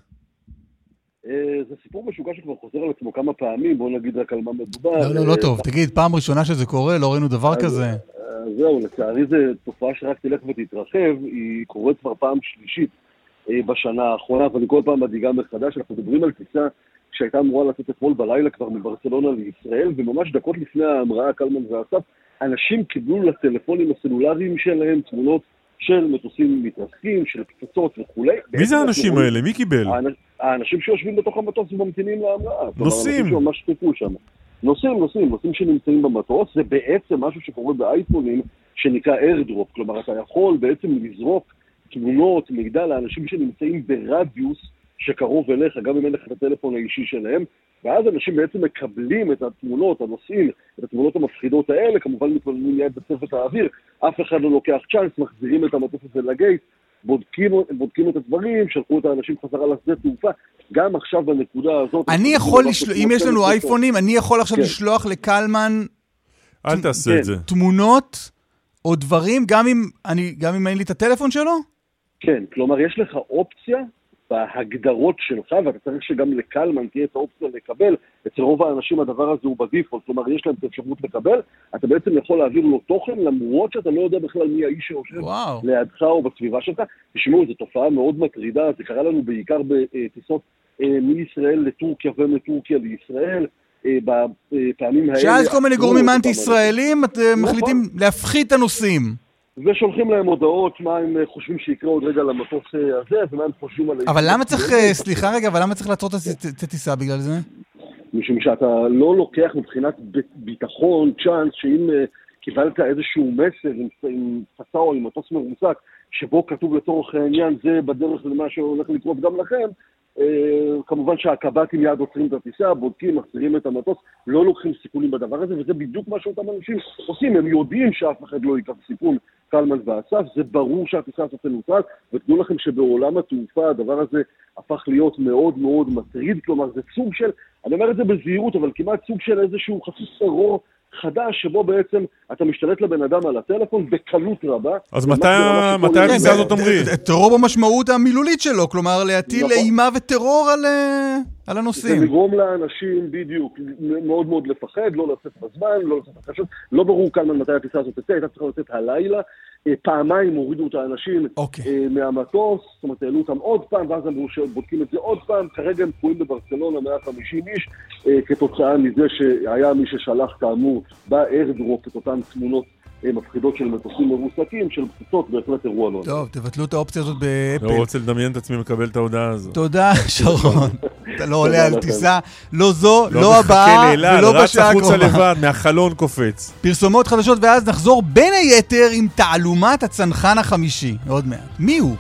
זה סיפור משוגע שכבר חוזר על עצמו כמה פעמים, בואו נגיד רק על מה מדובר. לא, לא, לא טוב. תגיד, פעם ראשונה שזה קורה, לא ראינו דבר כזה. זהו, לצערי זו תופעה שרק תלך ותתרחב, היא קורית כבר פעם שלישית בשנה האחרונה, אבל היא כל פעם מדאיגה מחדש. אנחנו מדברים על טיסה שהייתה אמורה לצאת אתמול בלילה כבר מברצלונה לישראל, וממש דקות לפני ההמראה, קלמן ואסף, אנשים קיבלו לטלפונים הסלולריים שלהם תמונות של מטוסים מתרסקים, של פצצות וכו'. מי זה האנשים האלה? מי קיבל? האנשים שיושבים בתוך המטוס וממתינים להמראה. נוסעים. אנשים שממש תקפו שם. נוסעים, נוסעים, נוסעים שנמצאים במטוס, זה בעצם משהו שקורה באייפונים שנקרא איירדרופ, כלומר אתה יכול בעצם לזרוק תמונות, מידע לאנשים שנמצאים ברדיוס שקרוב אליך, גם אם אין לך את הטלפון האישי שלהם, ואז אנשים בעצם מקבלים את התמונות, הנוסעים, את התמונות המפחידות האלה, כמובן מתמודדים מיד בצוות האוויר, אף אחד לא לוקח צ'אנס, מחזירים את המטוס הזה לגייט, בודקים, בודקים את הדברים, שלחו את האנשים חזרה לשדה תעופה, גם עכשיו בנקודה הזאת... אני יכול לשלוח, אם יש לנו אייפונים, אני יכול עכשיו לשלוח לקלמן... אל תעשה את זה. תמונות או דברים, גם אם אין לי את הטלפון שלו? כן, כלומר יש לך אופציה בהגדרות שלך, ואתה צריך שגם לקלמן תהיה את האופציה לקבל, אצל רוב האנשים הדבר הזה הוא בדיפולט, כלומר יש להם את האפשרות לקבל, אתה בעצם יכול להעביר לו תוכן, למרות שאתה לא יודע בכלל מי האיש שיושב לידך או בסביבה שלך. תשמעו, זו תופעה מאוד מטרידה, זה קרה לנו בעיקר בטיסות מישראל לטורקיה ומטורקיה לישראל, בפעמים האלה... שאז כל מיני גורמים אנטי-ישראלים, אתם מחליטים להפחית את הנוסעים. ושולחים להם הודעות מה הם חושבים שיקרה עוד רגע למטוס הזה, ומה הם חושבים על... אבל למה צריך, סליחה רגע, אבל למה צריך לעצור את הטיסה בגלל זה? משום שאתה לא לוקח מבחינת ביטחון, צ'אנס, שאם קיבלת איזשהו מסר עם פצע או עם מטוס מרוסק, שבו כתוב לצורך העניין, זה בדרך למה שהולך לקרות גם לכם, כמובן שהקב"טים מיד עוצרים את הטיסה, בודקים, מחזירים את המטוס, לא לוקחים סיכונים בדבר הזה, וזה בדיוק מה שאותם אנשים עושים, הם יודעים שאף אחד לא ייקח סיכון, קלמן ואסף, זה ברור שהטיסה הזאת תנוטרל, ותנו לכם שבעולם התעופה הדבר הזה הפך להיות מאוד מאוד מטריד, כלומר זה סוג של, אני אומר את זה בזהירות, אבל כמעט סוג של איזשהו חסוס טרור חדש, שבו בעצם אתה משתלט לבן אדם על הטלפון בקלות רבה. אז מתי הטיסה הזאת אומרים? טרור במשמעות המילולית שלו, כלומר להטיל אימה וטרור על הנושאים. זה לגרום לאנשים בדיוק מאוד מאוד לפחד, לא לצאת בזמן, לא לצאת החשוב, לא ברור כאן מתי הטיסה הזאת תצא, הייתה צריכה לצאת הלילה, פעמיים הורידו את האנשים okay. מהמטוס, זאת אומרת, העלו אותם עוד פעם, ואז אמרו שבודקים את זה עוד פעם, כרגע הם תקועים בברצלונה מאה וחמישים איש, כתוצאה מזה שהיה מי ששלח כאמור באיירדרופ את אותן תמונות מפחידות של מטוסים מרוסקים, של פצצות, בהחלט אירוע לא. טוב, תבטלו את האופציה הזאת באפל. לא רוצה לדמיין את עצמי מקבל את ההודעה הזו. תודה, שרון. אתה לא עולה על טיסה, לא זו, לא הבאה, ולא בשעה הקרובה. רץ החוצה לבד, מהחלון קופץ. פרסומות חדשות, ואז נחזור בין היתר עם תעלומת הצנחן החמישי. עוד מעט. מי הוא?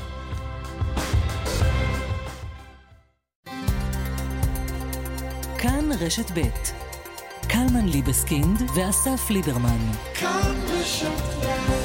כאן רשת ב' קלמן ליבסקינד ואסף ליברמן. כאן רשת ב'.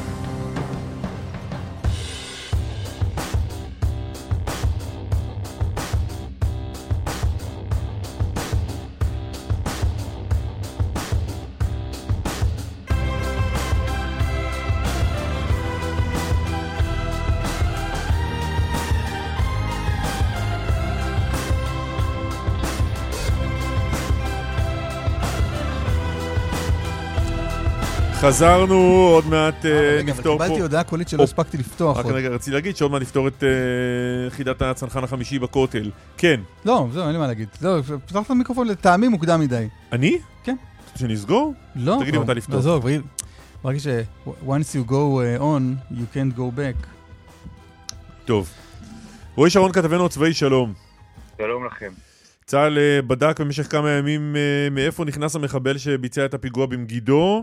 חזרנו, עוד מעט נפתור פה... קיבלתי הודעה קולית שלא הספקתי לפתוח. רק רגע, רציתי להגיד שעוד מעט נפתור את חידת הצנחן החמישי בכותל. כן. לא, זהו, אין לי מה להגיד. זהו, פתח את המיקרופון לטעמי מוקדם מדי. אני? כן. שנסגור? לא. תגידי מתי לפתור. עזוב, ברגע ש... once you go on, you can't go back. טוב. רועי שרון כתבנו הצבאי, שלום. שלום לכם. צה"ל בדק במשך כמה ימים מאיפה נכנס המחבל שביצע את הפיגוע במגידו,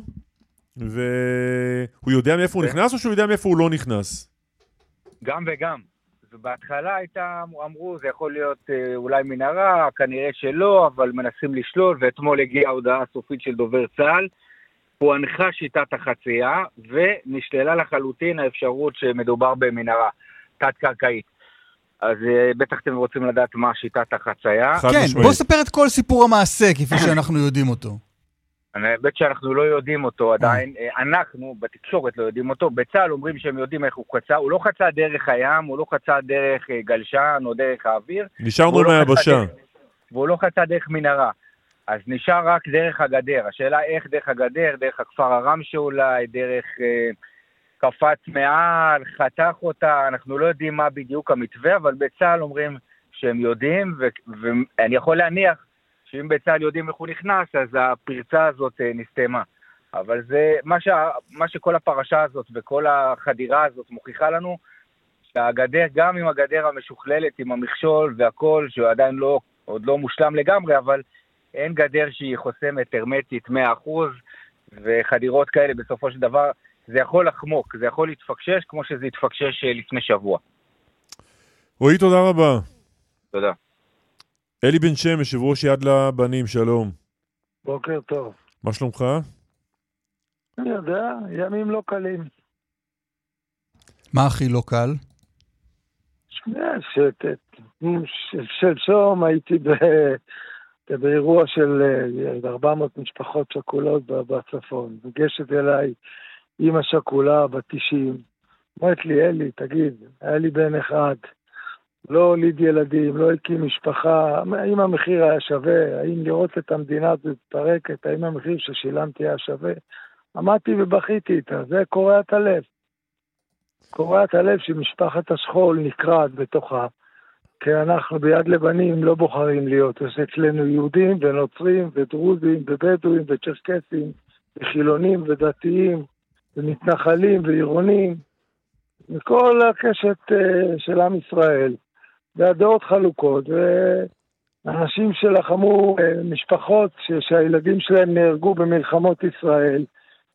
והוא יודע מאיפה הוא נכנס או שהוא יודע מאיפה הוא לא נכנס? גם וגם. בהתחלה הייתה, אמרו, זה יכול להיות אולי מנהרה, כנראה שלא, אבל מנסים לשלול, ואתמול הגיעה ההודעה הסופית של דובר צה"ל, הוא הנחה שיטת החצייה, ונשללה לחלוטין האפשרות שמדובר במנהרה תת-קרקעית. אז בטח אתם רוצים לדעת מה שיטת החצייה. כן, בוא ספר את כל סיפור המעשה, כפי שאנחנו יודעים אותו. בית שאנחנו לא יודעים אותו עדיין, אנחנו בתקשורת לא יודעים אותו, בצה"ל אומרים שהם יודעים איך הוא חצה, הוא לא חצה דרך הים, הוא לא חצה דרך גלשן או דרך האוויר. נשארנו מהיבשה. והוא לא חצה דרך מנהרה, אז נשאר רק דרך הגדר. השאלה איך דרך הגדר, דרך הכפר הרם שאולי, דרך אה, קפץ מעל, חתך אותה, אנחנו לא יודעים מה בדיוק המתווה, אבל בצה"ל אומרים שהם יודעים, ו- ואני יכול להניח שאם בצה"ל יודעים איך הוא נכנס, אז הפרצה הזאת נסתמה. אבל זה מה, ש... מה שכל הפרשה הזאת וכל החדירה הזאת מוכיחה לנו, שהגדר, גם עם הגדר המשוכללת, עם המכשול והכל, שהוא עדיין לא, עוד לא מושלם לגמרי, אבל אין גדר שהיא חוסמת הרמטית מאה אחוז, וחדירות כאלה בסופו של דבר, זה יכול לחמוק, זה יכול להתפקשש כמו שזה התפקשש לפני שבוע. רועי, תודה רבה. תודה. אלי בן שם, יושב ראש יד לבנים, שלום. בוקר טוב. מה שלומך? אני יודע, ימים לא קלים. מה הכי לא קל? שלשום הייתי באירוע של ארבע מאות משפחות שכולות בצפון. ניגשת אליי אמא שכולה ב-תשעים. אמרת לי, אלי, תגיד, היה לי בן אחד. לא הוליד ילדים, לא הקים משפחה, האם המחיר היה שווה, האם לראות את המדינה מתפרקת, האם המחיר ששילמתי היה שווה, עמדתי ובכיתי איתה, זה קורע את הלב. קורע את הלב שמשפחת השכול נקרעת בתוכה, כי אנחנו ביד לבנים לא בוחרים להיות, יש אצלנו יהודים ונוצרים ודרוזים ובדואים וצ'רקסים וחילונים ודתיים ומתנחלים ועירונים, מכל הקשת uh, של עם ישראל. והדעות חלוקות, ואנשים שלחמו, משפחות שהילדים שלהם נהרגו במלחמות ישראל,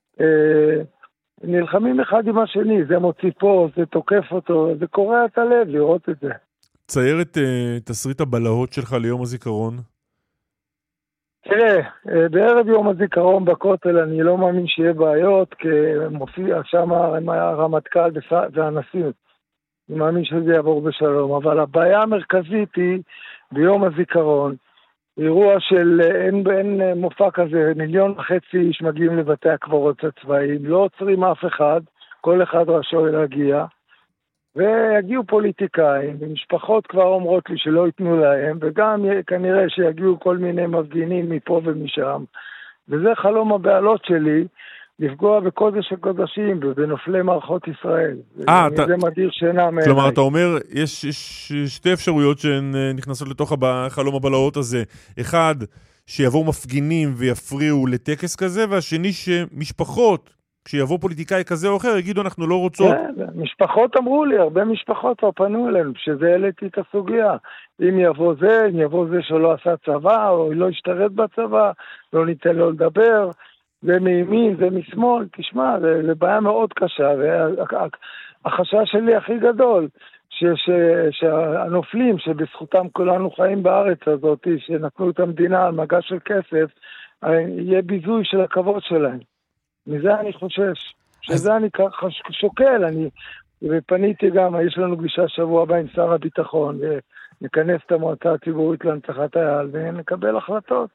נלחמים אחד עם השני, זה מוציא פה, זה תוקף אותו, זה קורע את הלב לראות את זה. צייר את תסריט הבלהות שלך ליום הזיכרון? תראה, בערב יום הזיכרון בכותל אני לא מאמין שיהיה בעיות, כי מופיע שם הרמטכ"ל והנשיא. אני מאמין שזה יעבור בשלום, אבל הבעיה המרכזית היא ביום הזיכרון, אירוע של אין, אין מופע כזה, מיליון וחצי איש מגיעים לבתי הקברות הצבאיים, לא עוצרים אף אחד, כל אחד רשאי להגיע, ויגיעו פוליטיקאים, ומשפחות כבר אומרות לי שלא ייתנו להם, וגם כנראה שיגיעו כל מיני מפגינים מפה ומשם, וזה חלום הבעלות שלי, לפגוע בקודש הקודשים ובנופלי מערכות ישראל. אה, אתה... זה מדיר שינה מעיניי. כלומר, אתה אומר, יש, יש שתי אפשרויות שהן נכנסות לתוך חלום הבלהות הזה. אחד, שיבואו מפגינים ויפריעו לטקס כזה, והשני שמשפחות, כשיבוא פוליטיקאי כזה או אחר, יגידו אנחנו לא רוצות. כן, משפחות אמרו לי, הרבה משפחות כבר פנו אלינו, שזה העליתי את הסוגיה. אם יבוא זה, אם יבוא זה שלא עשה צבא, או לא ישתרת בצבא, לא ניתן לו לדבר, זה מימין, זה משמאל, תשמע, זה, זה בעיה מאוד קשה, והחשש שלי הכי גדול, ש, ש, שהנופלים שבזכותם כולנו חיים בארץ הזאת, שנתנו את המדינה על מגע של כסף, יהיה ביזוי של הכבוד שלהם. מזה אני חושש, שזה אני שוקל, אני ופניתי גם, יש לנו פגישה שבוע הבא עם שר הביטחון, ונכנס את המועצה הציבורית להנצחת החייל, ונקבל החלטות.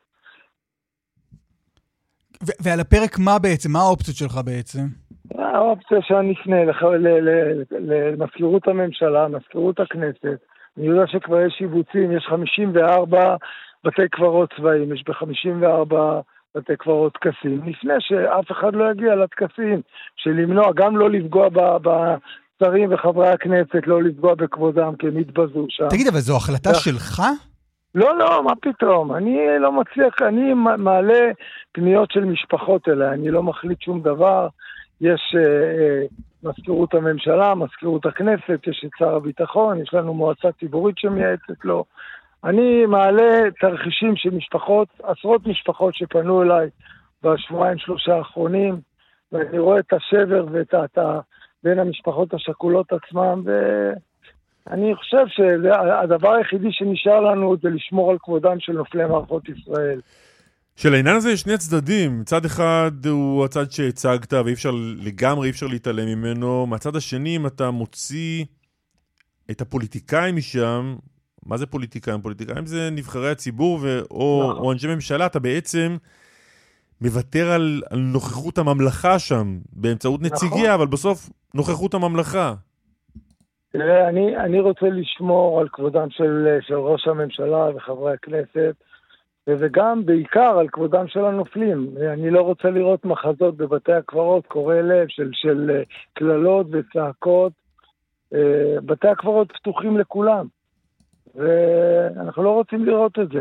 ו- ועל הפרק מה בעצם? מה האופציות שלך בעצם? האופציה שאני אפנה למזכירות הממשלה, מזכירות הכנסת, אני יודע שכבר יש שיבוצים, יש חמישים וארבע בתי קברות צבאיים, יש ב-חמישים וארבע בתי קברות טקסים, לפני שאף אחד לא יגיע לטקסים, שלמנוע, גם לא לפגוע בשרים וחברי הכנסת, לא לפגוע בכבודם, כי הם יתבזו שם. תגיד, אבל זו החלטה שלך? לא, לא, מה פתאום? אני לא מצליח, אני מעלה פניות של משפחות אליי, אני לא מחליט שום דבר, יש אה, מזכירות הממשלה, מזכירות הכנסת, יש את שר הביטחון, יש לנו מועצה ציבורית שמייעצת לו, אני מעלה תרחישים של משפחות, עשרות משפחות שפנו אליי בשבועיים שלושה האחרונים, ואני רואה את השבר ואת ה... בין המשפחות השכולות עצמם, ואני חושב שהדבר היחידי שנשאר לנו זה לשמור על כבודם של נופלי מערכות ישראל. שלעניין הזה יש שני צדדים. מצד אחד הוא הצד שהצגת, ואי אפשר לגמרי, אי אפשר להתעלם ממנו. מהצד השני, אם אתה מוציא את הפוליטיקאים משם, מה זה פוליטיקאים? פוליטיקאים זה נבחרי הציבור ו... או, או אנשי ממשלה, אתה בעצם מוותר על, על נוכחות הממלכה שם, באמצעות נציגיה, נכון. אבל בסוף נוכחות הממלכה. תראה, אני, אני רוצה לשמור על כבודם של, של ראש הממשלה וחברי הכנסת, וגם בעיקר על כבודם של הנופלים. אני לא רוצה לראות מחזות בבתי הקברות, קורא לב של, של כללות וצעקות. בתי הקברות פתוחים לכולם. ואנחנו לא רוצים לראות את זה.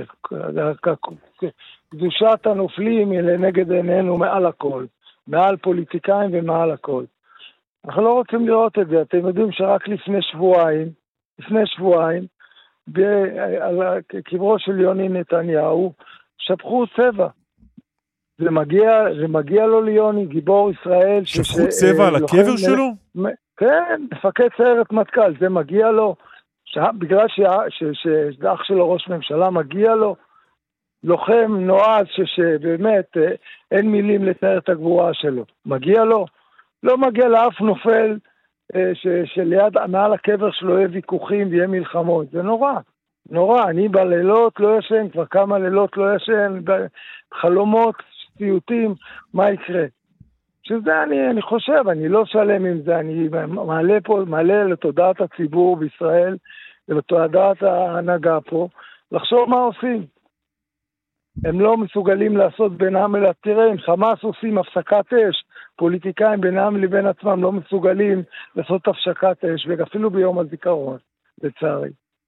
קדושת הנופלים היא לנגד עינינו מעל הכל. מעל פוליטיקאים ומעל הכל. אנחנו לא רוצים לראות את זה. אתם יודעים שרק לפני שבועיים, לפני שבועיים, על קברו של יוני נתניהו, שפכו צבע. זה מגיע, זה מגיע לו ליוני, גיבור ישראל. שפכו צבע על הקבר שלו? כן, מפקד סיירת מטכ"ל, זה מגיע לו. בגלל שאח שלו ראש ממשלה מגיע לו, לוחם נועז שבאמת אין מילים לתאר את הגבורה שלו. מגיע לו? לא מגיע לאף נופל שליד, מעל הקבר שלו יהיה ויכוחים ויהיה מלחמות. זה נורא, נורא. אני בלילות לא ישן, כבר כמה לילות לא ישן, חלומות, סיוטים, מה יקרה? שזה אני, אני חושב, אני לא שלם עם זה, אני מעלה פה, מעלה לתודעת הציבור בישראל, לתודעת ההנהגה פה, לחשוב מה עושים. הם לא מסוגלים לעשות בינם אלא, תראה, אם חמאס עושים הפסקת אש, פוליטיקאים בינם לבין עצמם לא מסוגלים לעשות הפסקת אש, ואפילו ביום הזיכרון, לצערי.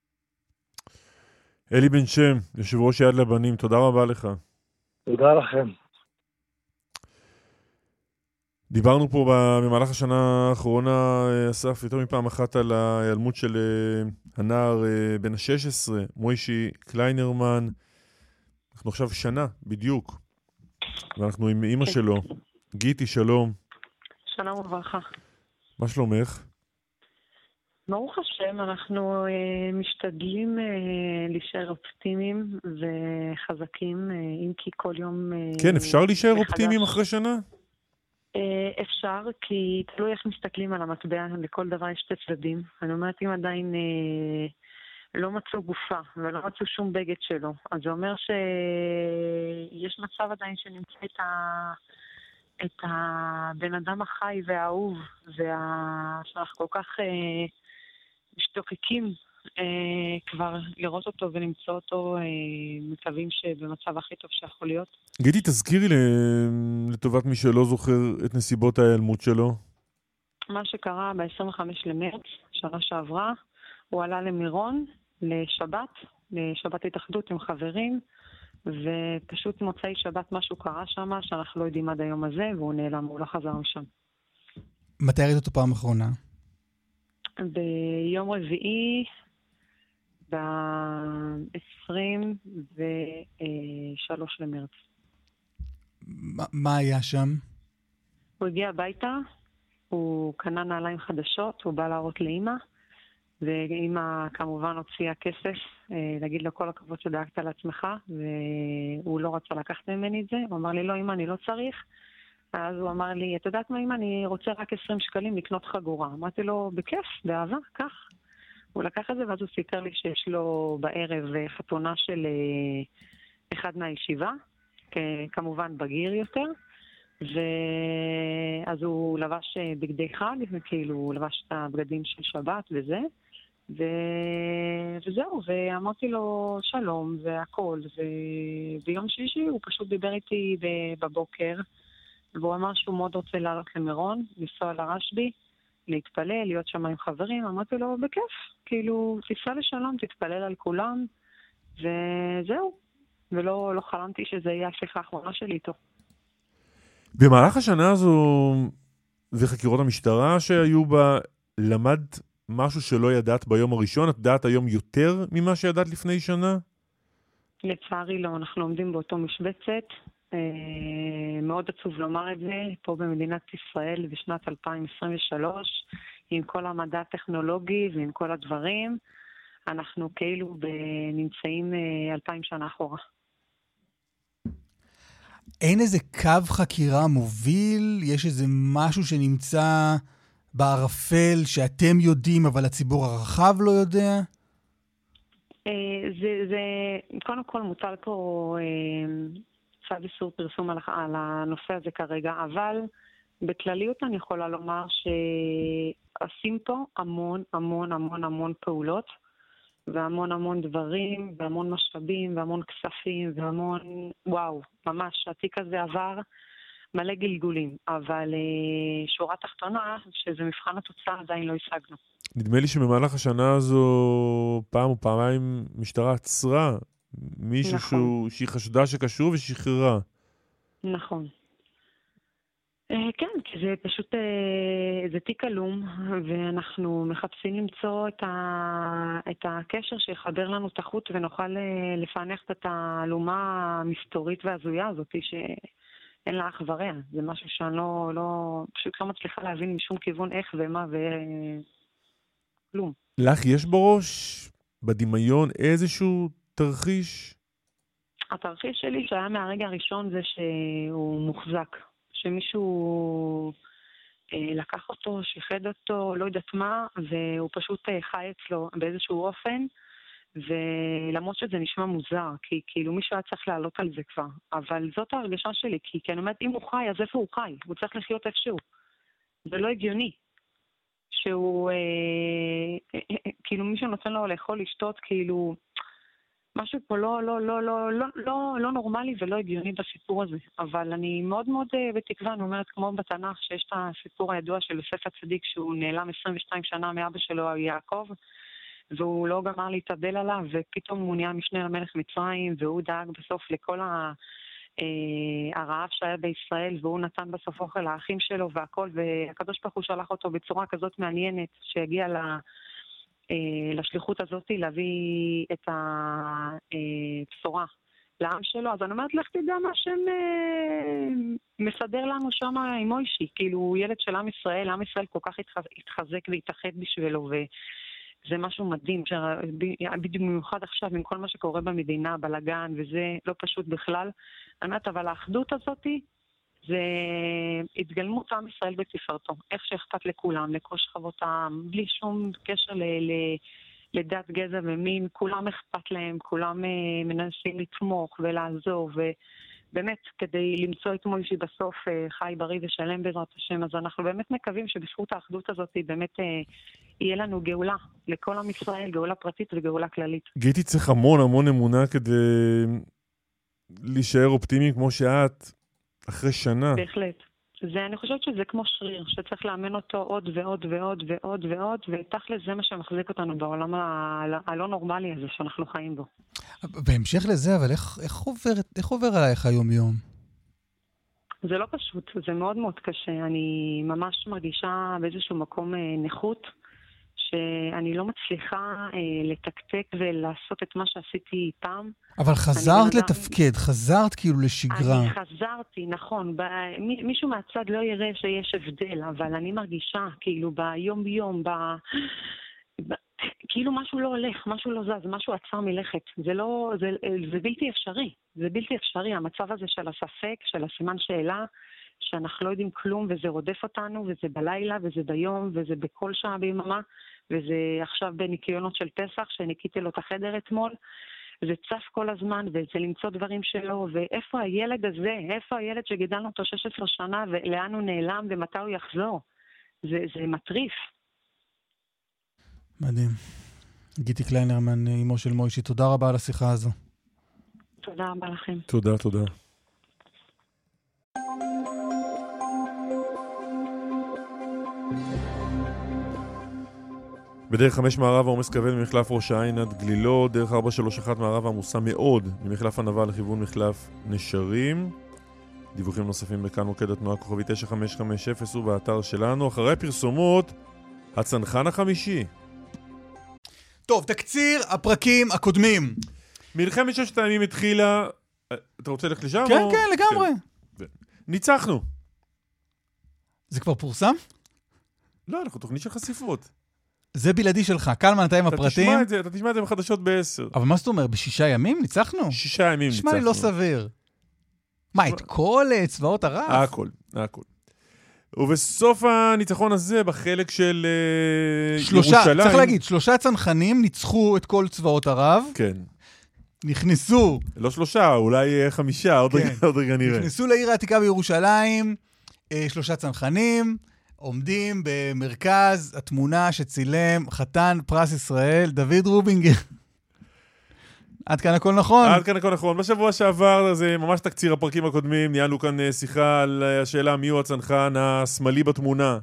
אלי בן שם, יושב ראש יד לבנים, תודה רבה לך. תודה לכם. דיברנו פה במהלך השנה האחרונה, אסף, יותר מפעם אחת על ההיעלמות של הנער בן ה-שש עשרה, מוישי קליינרמן. אנחנו עכשיו שנה בדיוק, ואנחנו עם אמא שלו. גיטי, שלום. שלום וברכה. מה שלומך? ברוך השם, אנחנו אה, משתדלים אה, להישאר אופטימיים וחזקים, אה, אם כי כל יום... אה, כן, אפשר להישאר מחדש. אופטימיים אחרי שנה? אה, אפשר, כי תלוי איך מסתכלים על המטבע, לכל דבר יש שתי צדדים. אני אומרת, אם עדיין אה, לא מצאו גופה ולא מצאו שום בגד שלו, אז זה אומר שיש מצב עדיין שנמצא את ה... את הבן אדם החי והאהוב, וה... שאנחנו כל כך אה, משתוקקים אה, כבר לראות אותו ולמצוא אותו, אה, מקווים שבמצב הכי טוב שיכול להיות. גידי, תזכירי לטובת מי שלא זוכר את נסיבות ההיעלמות שלו. מה שקרה ב-עשרים וחמישה למרץ, שנה שעברה, הוא עלה למירון, לשבת, לשבת התאחדות עם חברים, ופשוט מוצאי שבת משהו קרה שם, שאנחנו לא יודעים עד היום הזה, והוא נעלם, הוא לא חזר משם. מתי ראית אותו פעם אחרונה? ביום רביעי, ב-עשרים ושלושה למרץ. מה, מה היה שם? הוא הגיע הביתה, הוא קנה נעליים חדשות, הוא בא להראות לאמא, ואמא כמובן הוציאה כסף, להגיד לו כל הכבוד שדאגת לעצמך, והוא לא רצה לקחת ממני את זה, הוא אמר לי לא אמא אני לא צריך, אז הוא אמר לי את יודעת מה אמא אני רוצה רק עשרים שקלים לקנות חגורה, אמרתי לו בכיף, באהבה, כך. הוא לקח את זה ואז הוא סיפר לי שיש לו בערב חתונה של אחד מהישיבה, כמובן בגיר יותר, ואז הוא לבש בגדי חג, כאילו הוא לבש את הבגדים של שבת וזה, ו... וזהו, ואמרתי לו שלום והכל, וביום שלישי הוא פשוט דיבר איתי בבוקר, והוא אמר שהוא מאוד רוצה לעלות למירון, לנסוע לרשב"י, להתפלל, להיות שם עם חברים, אמרתי לו בכיף, כאילו תיסע לשלום, תתפלל על כולם, וזהו, ולא לא חלמתי שזה יהיה השיחה האחרונה שלי איתו. במהלך השנה הזו וחקירות המשטרה שהיו בה, למד משהו שלא ידעת ביום הראשון? את יודעת היום יותר ממה שידעת לפני שנה? לצערי לא, אנחנו עומדים באותו משבצת, אה, מאוד עצוב לומר את זה, פה במדינת ישראל בשנת אלפיים עשרים ושלוש, עם כל המדע הטכנולוגי ועם כל הדברים, אנחנו כאילו נמצאים אה, אלפיים שנה אחורה. אין איזה קו חקירה מוביל? יש איזה משהו שנמצא בערפל שאתם יודעים אבל הציבור הרחב לא יודע? זה, זה, קודם כל מוטל פה צו איסור פרסום על, על הנושא הזה כרגע, אבל בכלליות אני יכולה לומר שעשים פה המון המון המון המון פעולות, והמון המון דברים, והמון משאבים, והמון כספים, והמון, וואו, ממש, התיק הזה עבר מלא גלגולים, אבל שורה תחתונה, שזה מבחן התוצאה, עדיין לא השגנו. נדמה לי שבמהלך השנה הזו, פעם או פעמיים משטרה עצרה מישהו נכון. שהוא, שהיא חשדה שקשור ושחררה. נכון. כן, כי זה פשוט, זה תיק עלום, ואנחנו מחפשים למצוא את, ה, את הקשר שיחבר לנו את החוט, ונוכל לפענח את התעלומה המסתורית והזויה הזאת, שאין לה אח ורע. זה משהו שאני לא, לא, פשוט לא מצליחה להבין משום כיוון איך ומה וכלום. לך יש בראש, בדמיון, איזשהו תרחיש? התרחיש שלי שהיה מהרגע הראשון זה שהוא מוחזק. שמישהו אה, לקח אותו, שיחד אותו, לא יודעת מה, והוא פשוט אה, חי אצלו באיזשהו אופן, ולמרות שזה נשמע מוזר, כי כאילו מישהו היה צריך לעלות על זה כבר, אבל זאת ההרגשה שלי, כי, כי אני אומרת, אם הוא חי, אז איפה הוא חי? הוא צריך לחיות איפשהו. זה לא הגיוני. שהוא, אה, אה, אה, כאילו מישהו נותן לו לאכול, לשתות, כאילו... משהו פה לא, לא, לא, לא, לא, לא, לא נורמלי ולא הגיוני בסיפור הזה. אבל אני מאוד מאוד בתקווה, אני אומרת, כמו בתנ"ך, שיש את הסיפור הידוע של יוסף הצדיק, שהוא נעלם עשרים ושתיים שנה מאבא שלו, יעקב, והוא לא גמר להתאבל עליו, ופתאום הוא נהיה משנה למלך מצרים, והוא דאג בסוף לכל ה... הרעב שהיה בישראל, והוא נתן בסוף אוכל לאחים שלו והכל, והקדוש ברוך הוא שלח אותו בצורה כזאת מעניינת, שהגיע ל... לשליחות הזאת להביא את הבשורה לעם שלו. אז אני אומרת, לך תדע מה שם מסדר לנו שם עם מוישי, כאילו ילד של עם ישראל, עם ישראל כל כך התחזק והתאחד בשבילו, וזה משהו מדהים, בדיוק במיוחד עכשיו עם כל מה שקורה במדינה, בלגן, וזה לא פשוט בכלל. אני אומרת, אבל האחדות הזאת זה התגלמות עם ישראל בתפארתו, איך שאכפת לכולם, לכל שכבות העם, בלי שום קשר ל- ל- לדת, גזע ומין, כולם אכפת להם, כולם מנסים לתמוך ולעזור, ו- באמת, כדי למצוא את מוישי בסוף חי בריא ושלם בעזרת השם. אז אנחנו באמת מקווים שבזכות האחדות הזאת באמת יהיה לנו גאולה לכל עם ישראל, גאולה פרטית וגאולה כללית. גיטי, צריך המון המון אמונה כדי להישאר אופטימיים כמו שאת אחרי שנה. בהחלט. זה, אני חושבת שזה כמו שריר, שצריך לאמן אותו עוד ועוד ועוד ועוד ועוד, ותכל'ס זה מה שמחזיק אותנו בעולם ה- הלא נורמלי הזה שאנחנו חיים בו. בהמשך לזה, אבל איך, איך עובר, איך עובר עלייך היום יום? זה לא פשוט, זה מאוד מאוד קשה. אני ממש מרגישה באיזשהו מקום נכות, שאני לא מצליחה אה, לתקתק ולעשות את מה שעשיתי פעם. אבל חזרת אני לתפקד, חזרת כאילו לשגרה. אני חזרתי, נכון. ב... מישהו מהצד לא יראה שיש הבדל, אבל אני מרגישה כאילו ביום ביום, ב... ב... כאילו משהו לא הולך, משהו לא זז, משהו עצר מלכת. זה לא, זה, זה בלתי אפשרי. זה בלתי אפשרי, המצב הזה של הספק, של הסימן שאלה, שאנחנו לא יודעים כלום, וזה רודף אותנו, וזה בלילה, וזה ביום, וזה בכל שעה ביממה, וזה עכשיו בניקיונות של פסח, שניקיתי לו את החדר אתמול, זה צף כל הזמן, וזה למצוא דברים שלו, ואיפה הילד הזה, איפה הילד שגידלנו אותו שש עשרה שנה, ולאן הוא נעלם, ומתי הוא יחזור? זה, זה מטריף. מדהים. גיטי קליינרמן, אמו של מוישי, תודה רבה על השיחה הזו. תודה רבה לכם. תודה, תודה. בדרך חמש מערב העומס כבד ממחלף ראש העין עד גלילות, דרך ארבע שלוש אחת מערב עמוסה מאוד ממחלף ענבה לכיוון מחלף נשרים. דיווחים נוספים בכאן מוקד התנועה כוכבי תשע חמש חמש אפס ובאתר שלנו. אחרי פרסומות, הצנחן החמישי. טוב, תקציר הפרקים הקודמים. מלחמת ששת הימים התחילה... אתה רוצה ללכת לשם? כן, או... כן, לגמרי. כן. ניצחנו. זה כבר פורסם? לא, אנחנו תוכנית של חשיפות. זה בלעדי שלך. קלמן, אתה עם הפרטים. תשמע את זה, אתה תשמע את זה בחדשות בעשר. אבל מה זאת אומרת? בשישה ימים ניצחנו? שישה ימים ניצחנו. נשמע לי לא סביר. מה, את כל צבאות ערב? הכל, הכל. ובסוף הניצחון הזה, בחלק של שלושה, ירושלים... צריך להגיד, שלושה צנחנים ניצחו את כל צבאות ערב. כן. נכנסו... לא שלושה, אולי חמישה, עוד רגע נראה. נכנסו לעיר העתיקה בירושלים, שלושה צנחנים... עומדים במרכז התמונה שצילם חתן פרס ישראל, דוד רובינגר. עד כאן הכל נכון? עד כאן הכל נכון. בשבוע שעבר, זה ממש תקציר הפרקים הקודמים, ניהלנו כאן שיחה על השאלה מי הוא הצנחן השמאלי בתמונה.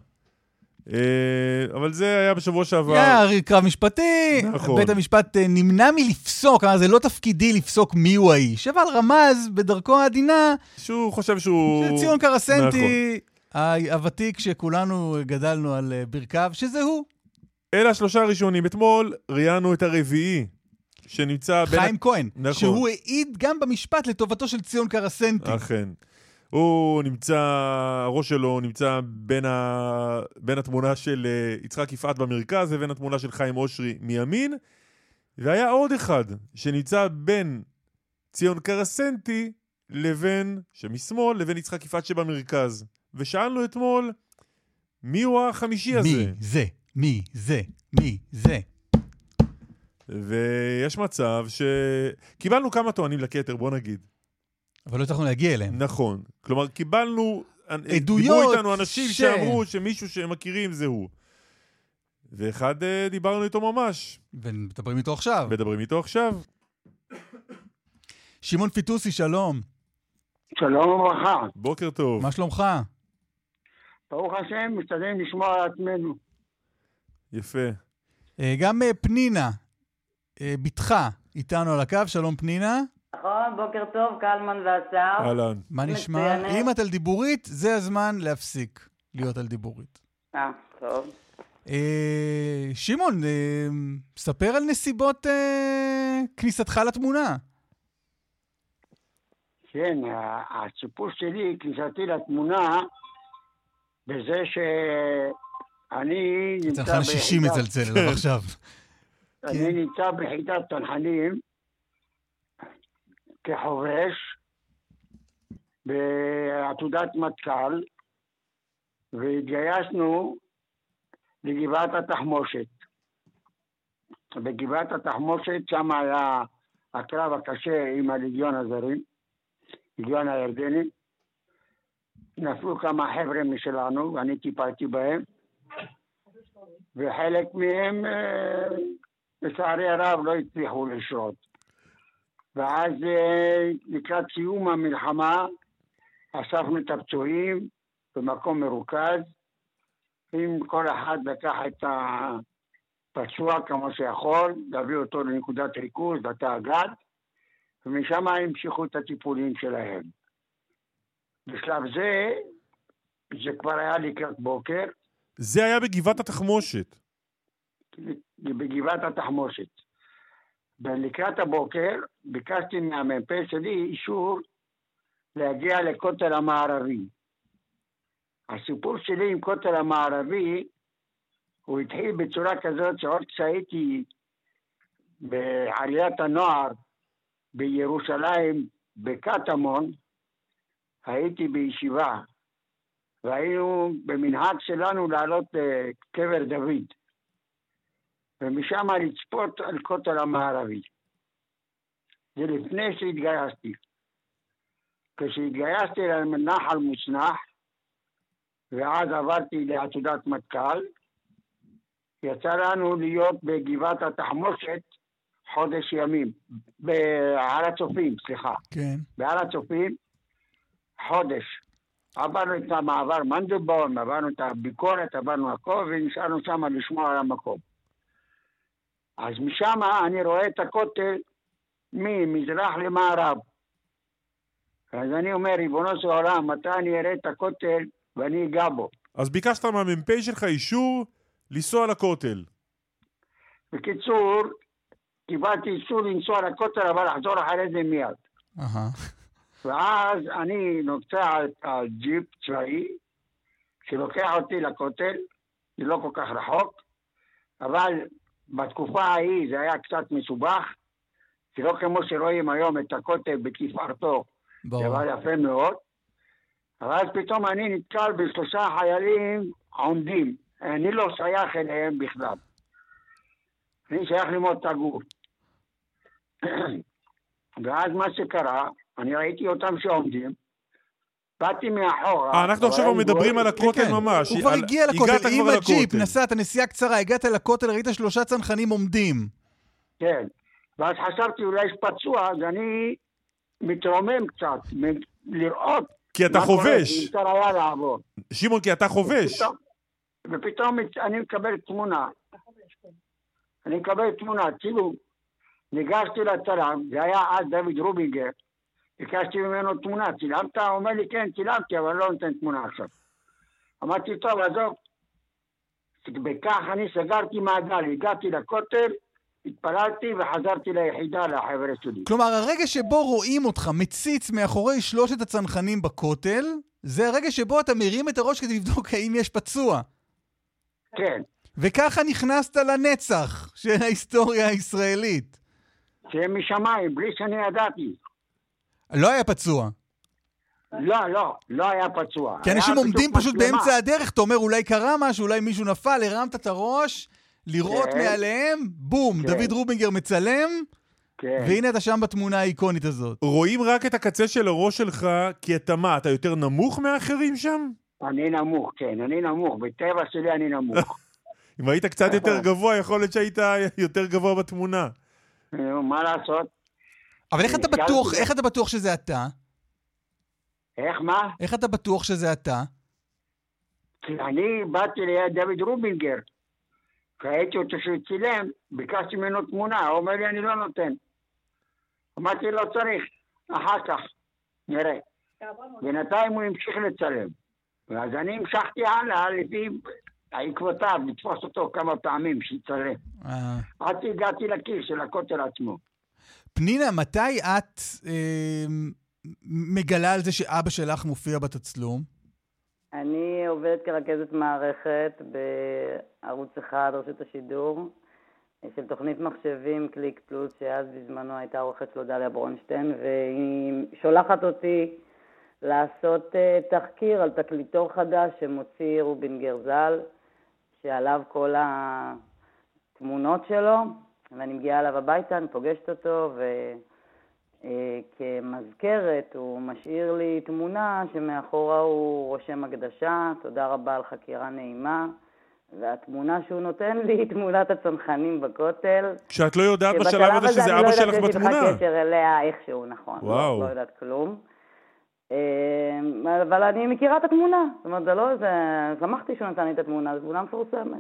אבל זה היה בשבוע שעבר. היה קרב משפטי, נכון. בית המשפט נמנע מלפסוק, זה לא תפקידי לפסוק מי הוא האיש, אבל רמז בדרכו העדינה, שהוא חושב שהוא... ציון קרסנטי... נכון. הוותיק שכולנו גדלנו על ברכיו, שזה הוא. אלה השלושה הראשונים. אתמול ראיינו את הרביעי, שנמצא... חיים בין... כהן, נכון. שהוא העיד גם במשפט לטובתו של ציון קרסנטי. אכן. הוא נמצא, הראש שלו נמצא בין, ה... בין התמונה של יצחק יפעת במרכז, ובין התמונה של חיים אושרי מימין, והיה עוד אחד, שנמצא בין ציון קרסנטי, לבין, שמשמאל, לבין יצחק יפעת שבמרכז. ושאלנו אתמול, מי הוא החמישי הזה? מי זה? מי זה? מי זה? ויש מצב שקיבלנו כמה טוענים לכתר, בוא נגיד. אבל לא הצלחנו להגיע אליהם. נכון. כלומר, קיבלנו, עדויות דיברו איתנו אנשים ש... שאמרו שמישהו שהם מכירים זה הוא. ואחד דיברנו איתו ממש. ומדברים איתו עכשיו. מדברים איתו עכשיו. שמעון פיטוסי, שלום. שלום וברכה. בוקר טוב. מה שלומך? ברוך השם, משתדלים לשמוע על עצמנו. יפה. גם פנינה, בתך, איתנו על הקו. שלום פנינה. נכון, בוקר טוב, קלמן והשר. אהלן. מה נשמע? אם את על דיבורית, זה הזמן להפסיק להיות על דיבורית. אה, טוב. שמעון, ספר על נסיבות כניסתך לתמונה. כן, הסיפור שלי, כניסתי לתמונה, בזה שאני נמצא ביחידת... צריך שישים מצלצל אליו עכשיו. אני נמצא ביחידת צנחנים כחובש בעתודת מטכ"ל, והתגייסנו לגבעת התחמושת. בגבעת התחמושת שם היה הקרב הקשה עם הלגיון הזרים, הגיעו הירדנים, נפלו כמה חבר'ה משלנו, ואני טיפלתי בהם, וחלק מהם, לצערי הרב, לא הצליחו לשרות. ואז לקראת סיום המלחמה, אספנו את הפצועים במקום מרוכז, אם כל אחד לקח את הפצוע כמו שיכול, להביא אותו לנקודת ריכוז, בתא הגת, ומשם המשיכו את הטיפולים שלהם. בשלב זה, זה כבר היה לקראת בוקר. זה היה בגבעת התחמושת. בגבעת התחמושת. ולקראת הבוקר, ביקשתי מהמ"פ שלי אישור להגיע לכותל המערבי. הסיפור שלי עם כותל המערבי, הוא התחיל בצורה כזאת שעוד כשהייתי בעליית הנוער בירושלים, בקטמון, הייתי בישיבה, והיינו במנהג שלנו לעלות לקבר דוד, ומשם לצפות על כותל המערבי. זה לפני שהתגייסתי. כשהתגייסתי לנחל מוצנח, ואז עברתי לעתודת מטכ"ל, יצא לנו להיות בגבעת התחמושת חודש ימים, בהר הצופים, סליחה. כן. בהר הצופים, חודש. עברנו את המעבר מנדלבאום, עברנו את הביקורת, עברנו הכל, ונשארנו שם לשמוע על המקום. אז משם אני רואה את הכותל ממזרח למערב. אז אני אומר, ריבונו של עולם, מתי אני אראה את הכותל ואני אגע בו? אז ביקשת מהמ"פ שלך אישור לנסוע לכותל. בקיצור, קיבלתי אישור לנסוע לכותל, אבל לחזור אחרי זה מיד. אהה. ואז אני נוסע על, על ג'יפ צבאי, שלוקח אותי לכותל, זה לא כל כך רחוק, אבל בתקופה ההיא זה היה קצת מסובך, זה לא כמו שרואים היום את הכותל בתפארתו, דבר יפה מאוד, אבל אז פתאום אני נתקל בשלושה חיילים עומדים, אני לא שייך אליהם בכלל, אני שייך למות תגור. ואז מה שקרה, אני ראיתי אותם שעומדים, באתי מאחורה. אנחנו עכשיו מדברים על הכותל ממש. הוא כבר הגיע לכותל, עם הג'יפ, נסעת, הנסיעה קצרה, הגעת לכותל, ראית שלושה צנחנים עומדים. כן, ואז חשבתי אולי יש פצוע, אז אני מתרומם קצת, לראות. כי אתה חובש. אפשר היה לעבור. שמעון, כי אתה חובש. ופתאום אני מקבל תמונה. אני מקבל תמונה, כאילו, ניגשתי לצלם, זה היה אז דוד רובינגר, ביקשתי ממנו תמונה, צילמת? הוא אומר לי, כן, צילמתי, אבל לא נותן תמונה עכשיו. אמרתי, טוב, עזוב. בכך אני סגרתי מעגל, הגעתי לכותל, התפללתי וחזרתי ליחידה לחבר'ה שלי. כלומר, הרגע שבו רואים אותך מציץ מאחורי שלושת הצנחנים בכותל, זה הרגע שבו אתה מרים את הראש כדי לבדוק האם יש פצוע. כן. וככה נכנסת לנצח של ההיסטוריה הישראלית. שהם משמיים, בלי שאני ידעתי. לא היה פצוע. לא, לא, לא היה פצוע. כי אנשים עומדים פשוט באמצע הדרך, אתה אומר אולי קרה משהו, אולי מישהו נפל, הרמת את הראש, לראות מעליהם, בום, דוד רובינגר מצלם, והנה אתה שם בתמונה האיקונית הזאת. רואים רק את הקצה של הראש שלך, כי אתה מה, אתה יותר נמוך מאחרים שם? אני נמוך, כן, אני נמוך, בטבע שלי אני נמוך. אם היית קצת יותר גבוה, יכול להיות שהיית יותר גבוה בתמונה. מה לעשות? אבל איך אתה בטוח, איך אתה בטוח שזה אתה? איך מה? איך אתה בטוח שזה אתה? כי אני באתי ליד דוד רובינגר, ראיתי אותו שהוא צילם, ביקשתי ממנו תמונה, הוא אומר לי אני לא נותן. אמרתי לא צריך, אחר כך, נראה. בינתיים הוא המשיך לצלם. ואז אני המשכתי הלאה לפי העקבותיו, לתפוס אותו כמה פעמים שיצלם. עד שהגעתי לכיס של הכותל עצמו. פנינה, מתי את אה, מגלה על זה שאבא שלך מופיע בתצלום? אני עובדת כרכזת מערכת בערוץ אחד, רשות השידור, של תוכנית מחשבים קליק פלוס, שאז בזמנו הייתה עורכת שלו דליה ברונשטיין, והיא שולחת אותי לעשות uh, תחקיר על תקליטור חדש שמוציא רובינגר ז"ל, שעליו כל התמונות שלו, ואני מגיעה אליו הביתה, אני פוגשת אותו, כמזכרת הוא משאיר לי תמונה שמאחורה הוא רושם הקדשה, תודה רבה על חקירה נעימה, והתמונה שהוא נותן לי היא תמונת הצנחנים בכותל. כשאת לא יודעת בשלב הזה שזה אבא שלך בתמונה. אני לא יודעת שיש לך קשר אליה איכשהו, נכון. וואו. לא יודעת כלום. אבל אני מכירה את התמונה. זאת אומרת, זה לא, זה... שמחתי שהוא נתן לי את התמונה, זו תמונה מפורסמת.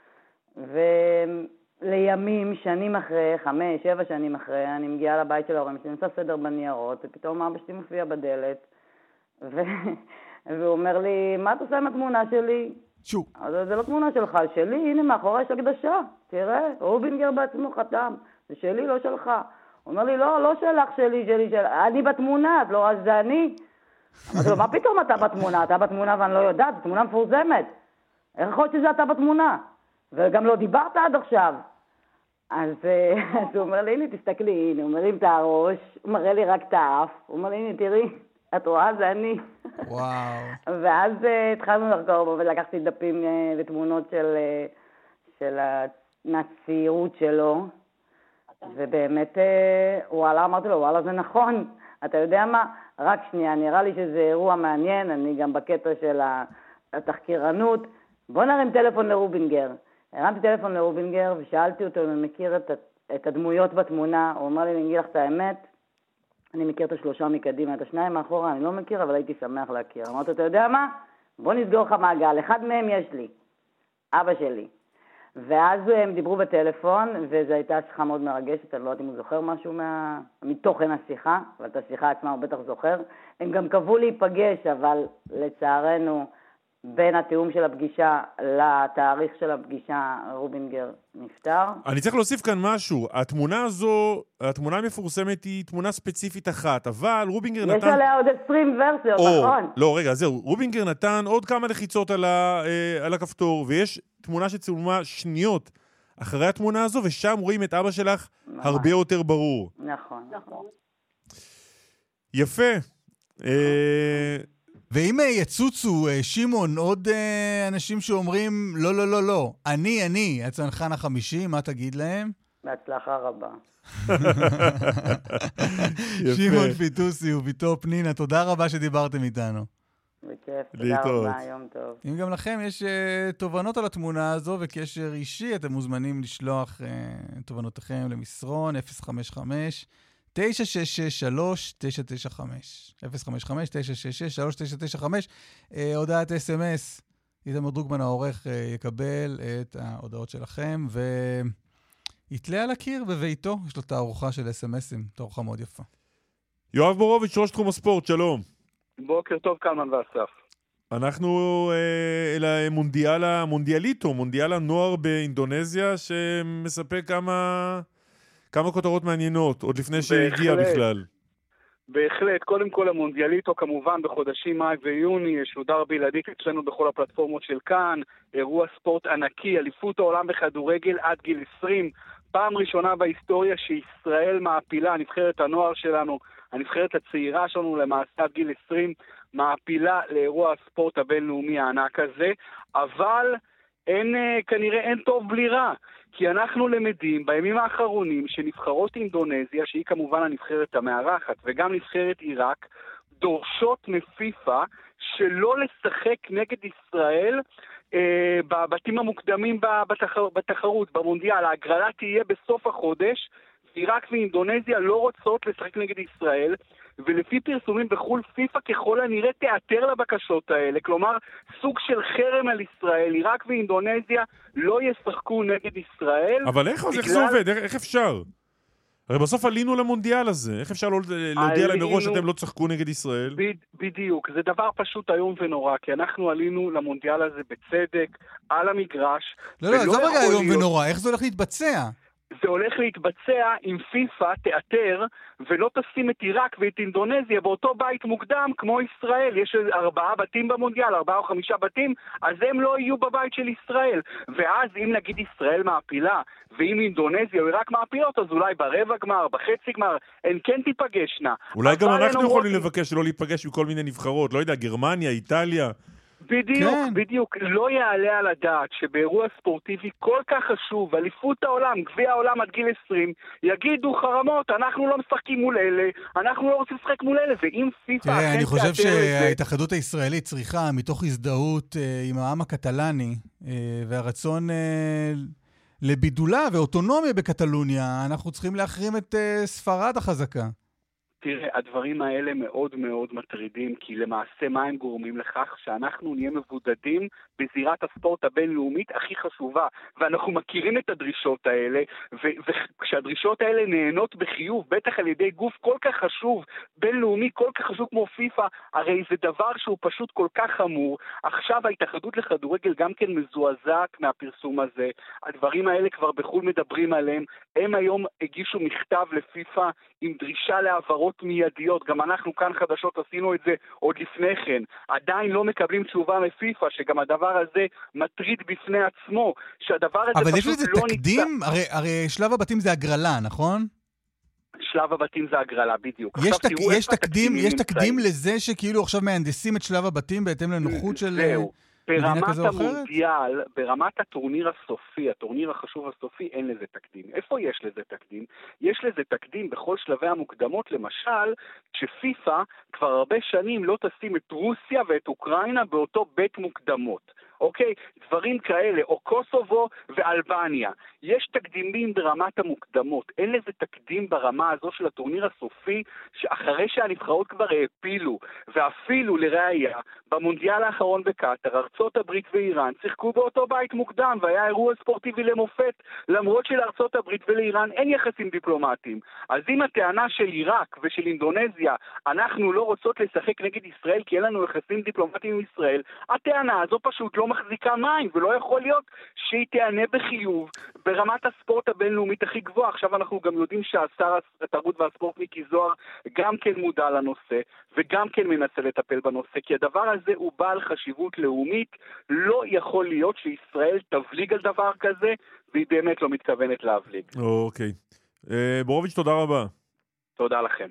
ולימים, שנים אחרי, חמש, שבע שנים אחרי, אני מגיעה לבית של ההורים שלי, נעשה סדר בניירות, ופתאום אבא שלי מופיע בדלת, ו... והוא אומר לי, מה אתה עושה עם התמונה שלי? שו. אז זה לא תמונה שלך, שלי, הנה מאחורי יש הקדשה, תראה, רובינגר בעצמו חתם, זה שלי, לא שלך. הוא אומר לי, לא, לא שלך, שלי, שלי, שלי, אני בתמונה, לא, אז זה אני. אמרתי לו, מה פתאום אתה בתמונה? אתה בתמונה ואני לא יודעת, זו תמונה מפורסמת. איך יכול להיות שזה אתה בתמונה? וגם לא דיברת עד עכשיו. אז הוא אומר לי, הנה, תסתכלי, הנה, הוא מרים את הראש, הוא מראה לי רק את האף, הוא אומר לי, הנה, תראי, את רואה, זה אני. וואו. ואז התחלנו לחקור בו, ולקחתי דפים ותמונות של, של הצעירות שלו, ובאמת, וואלה, אמרתי לו, וואלה, זה נכון. אתה יודע מה? רק שנייה, נראה לי שזה אירוע מעניין, אני גם בקטע של התחקירנות. בוא נרים טלפון לרובינגר. הרמתי טלפון לרובינגר ושאלתי אותו אם הוא מכיר את, את הדמויות בתמונה. הוא אמר לי, אני אגיד לך את האמת, אני מכיר את השלושה מקדימה, את השניים מאחורה, אני לא מכיר, אבל הייתי שמח להכיר. אמרתי, אתה יודע מה? בוא נסגור לך מעגל, אחד מהם יש לי, אבא שלי. ואז הם דיברו בטלפון, וזו הייתה שיחה מאוד מרגשת, אני לא יודעת אם הוא זוכר משהו מה... מתוכן השיחה, אבל את השיחה עצמה הוא בטח זוכר. הם גם קבעו להיפגש, אבל לצערנו, בין התיאום של הפגישה לתאריך של הפגישה, רובינגר נפטר. אני צריך להוסיף כאן משהו. התמונה הזו, התמונה המפורסמת היא תמונה ספציפית אחת, אבל רובינגר נתן... יש עליה עוד עשרים ורסיות, או, נכון? לא, רגע, זהו. רובינגר נתן עוד כמה לחיצות על, ה, אה, על הכפתור, ויש תמונה שצולמה שניות אחרי התמונה הזו, ושם רואים את אבא שלך ממש. הרבה יותר ברור. נכון, נכון. יפה. אה... ואם יצוצו, שימון, עוד אנשים שאומרים, לא, לא, לא, לא, אני, אני, הצנחן החמישי, מה תגיד להם? בהצלחה רבה. שימון פיטוסי וביתו פנינה, תודה רבה שדיברתם איתנו. בכיף, תודה רבה, יום טוב. אם גם לכם יש תובנות על התמונה הזו וקשר אישי, אתם מוזמנים לשלוח תובנותיכם למסרון אפס חמש חמש תשע שש שש שלוש תשע תשע חמש אפס חמש חמש תשע שש שש שלוש תשע תשע חמש. הודעת אס אם אס, איתמר דרוקמן העורך יקבל את ההודעות שלכם ויתלה על הקיר בביתו. יש לו תערוכה של אס אם אסים, תערוכה מאוד יפה. יואב בורוביץ', ראש תחום הספורט, שלום. בוקר טוב, קלמן ואסף. אנחנו אה, אל המונדיאל, המונדיאליטו, מונדיאל הנוער באינדונזיה, שמספק כמה... כמה כותרות מעניינות, עוד לפני שהגיע בכלל. בהחלט, קודם כל המונדיאליטו כמובן בחודשים מאי ויוני, ישודר בלעדית אצלנו בכל הפלטפורמות של כאן, אירוע ספורט ענקי, אליפות העולם בכדורגל עד גיל עשרים, פעם ראשונה בהיסטוריה שישראל מעפילה, הנבחרת הנוער שלנו, הנבחרת הצעירה שלנו למעשה עד גיל עשרים, מעפילה לאירוע הספורט הבינלאומי הענק הזה, אבל אין, כנראה אין טוב בלי רע. כי אנחנו למדים בימים האחרונים שנבחרות אינדונזיה, שהיא כמובן הנבחרת המארחת, וגם נבחרת עיראק, דורשות מפיפה שלא לשחק נגד ישראל אה, בבתים המוקדמים בתחר, בתחרות, במונדיאל. ההגרלה תהיה בסוף החודש, עיראק ואינדונזיה לא רוצות לשחק נגד ישראל, ולפי פרסומים בחול פיפה ככל הנראה תיאטר לבקשות האלה, כלומר סוג של חרם על ישראל, עיראק ואינדונזיה לא ישחקו נגד ישראל. אבל איך, בגלל... איך זה עובד? איך, איך אפשר? הרי בסוף עלינו למונדיאל הזה, איך אפשר לא, להודיע להם מראש שאתם לא תשחקו נגד ישראל? ב, בדיוק, זה דבר פשוט היום ונורא, כי אנחנו עלינו למונדיאל הזה בצדק, על המגרש. לא, לא, זה רגע היום להיות... ונורא, איך זה הולך להתבצע? זה הולך להתבצע עם פיפה תיאטר ולא תשים את עיראק ואת אינדונזיה באותו בית מוקדם כמו ישראל. יש ארבעה בתים במונדיאל, ארבעה או חמישה בתים, אז הם לא יהיו בבית של ישראל. ואז אם נגיד ישראל מעפילה ואם אינדונזיה או עיראק מעפילות, אז אולי ברבע גמר, בחצי גמר, הן כן תיפגשנה. אולי גם אנחנו יכולים לבקש שלא להיפגש עם כל מיני נבחרות, לא יודע, גרמניה, איטליה. בדיוק, כן. בדיוק. לא יעלה על הדעת שבאירוע ספורטיבי כל כך חשוב, אליפות העולם, גביע העולם עד גיל עשרים, יגידו חרמות, אנחנו לא משחקים מול אלה, אנחנו לא רוצים לשחק מול אלה, ואם פיפה... תראה, אני חושב שההתאחדות הישראלית צריכה, מתוך הזדהות עם העם הקטלני, והרצון לבידולה ואוטונומיה בקטלוניה, אנחנו צריכים להחרים את ספרד החזקה. תראה, הדברים האלה מאוד מאוד מטרידים, כי למעשה מה הם גורמים לכך? שאנחנו נהיה מבודדים בזירת הספורט הבינלאומית הכי חשובה, ואנחנו מכירים את הדרישות האלה, וכשהדרישות האלה נהנות בחיוב, בטח על ידי גוף כל כך חשוב, בינלאומי כל כך חשוב כמו פיפה, הרי זה דבר שהוא פשוט כל כך חמור. עכשיו ההתאחדות לכדורגל גם כן מזועזעת מהפרסום הזה, הדברים האלה כבר בחול מדברים עליהם, הם היום הגישו מכתב לפיפה עם דרישה לעברות מיידיות, גם אנחנו כאן חדשות עשינו את זה עוד לפני כן, עדיין לא מקבלים תשובה מפיפה, שגם הדבר הזה מטריד בפני עצמו, שהדבר הזה אבל יש לזה לא תקדים? הרי, הרי שלב הבתים זה הגרלה, נכון? שלב הבתים זה הגרלה, בדיוק. יש, תק, יש, תקדים, יש תקדים לזה שכאילו עכשיו מהנדסים את שלב הבתים בהתאם לנוחות של... זהו. ברמת המונדיאל, ברמת הטורניר הסופי, הטורניר החשוב הסופי, אין לזה תקדים. איפה יש לזה תקדים? יש לזה תקדים בכל שלבי המוקדמות, למשל, שפיפה כבר הרבה שנים לא תשים את רוסיה ואת אוקראינה באותו בית מוקדמות. אוקיי? דברים כאלה, או קוסובו ואלבניה. יש תקדימים ברמת המוקדמות. אין לזה תקדים ברמה הזו של הטורניר הסופי, שאחרי שהנבחרות כבר העפילו, ואפילו לראיה, במונדיאל האחרון בקטר, ארצות הברית ואיראן שיחקו באותו בית מוקדם, והיה אירוע ספורטיבי למופת, למרות שלארצות הברית ולאיראן אין יחסים דיפלומטיים. אז אם הטענה של עיראק ושל אינדונזיה, אנחנו לא רוצות לשחק נגד ישראל כי אין לנו יחסים דיפלומטיים עם ישראל, הטענה הזו פשוט לא מחזיקה מים, ולא יכול להיות שהיא תענה בחיוב ברמת הספורט הבינלאומית הכי גבוהה. עכשיו אנחנו גם יודעים שהשר התרבות והספורט מיקי זוהר גם כן מודע לנושא, וגם כן מנסה לטפל בנושא, כי הדבר הזה הוא בעל חשיבות לאומית, לא יכול להיות שישראל תבליג על דבר כזה, והיא באמת לא מתכוונת להבליג. אוקיי. בורוביץ', תודה רבה. תודה לכם.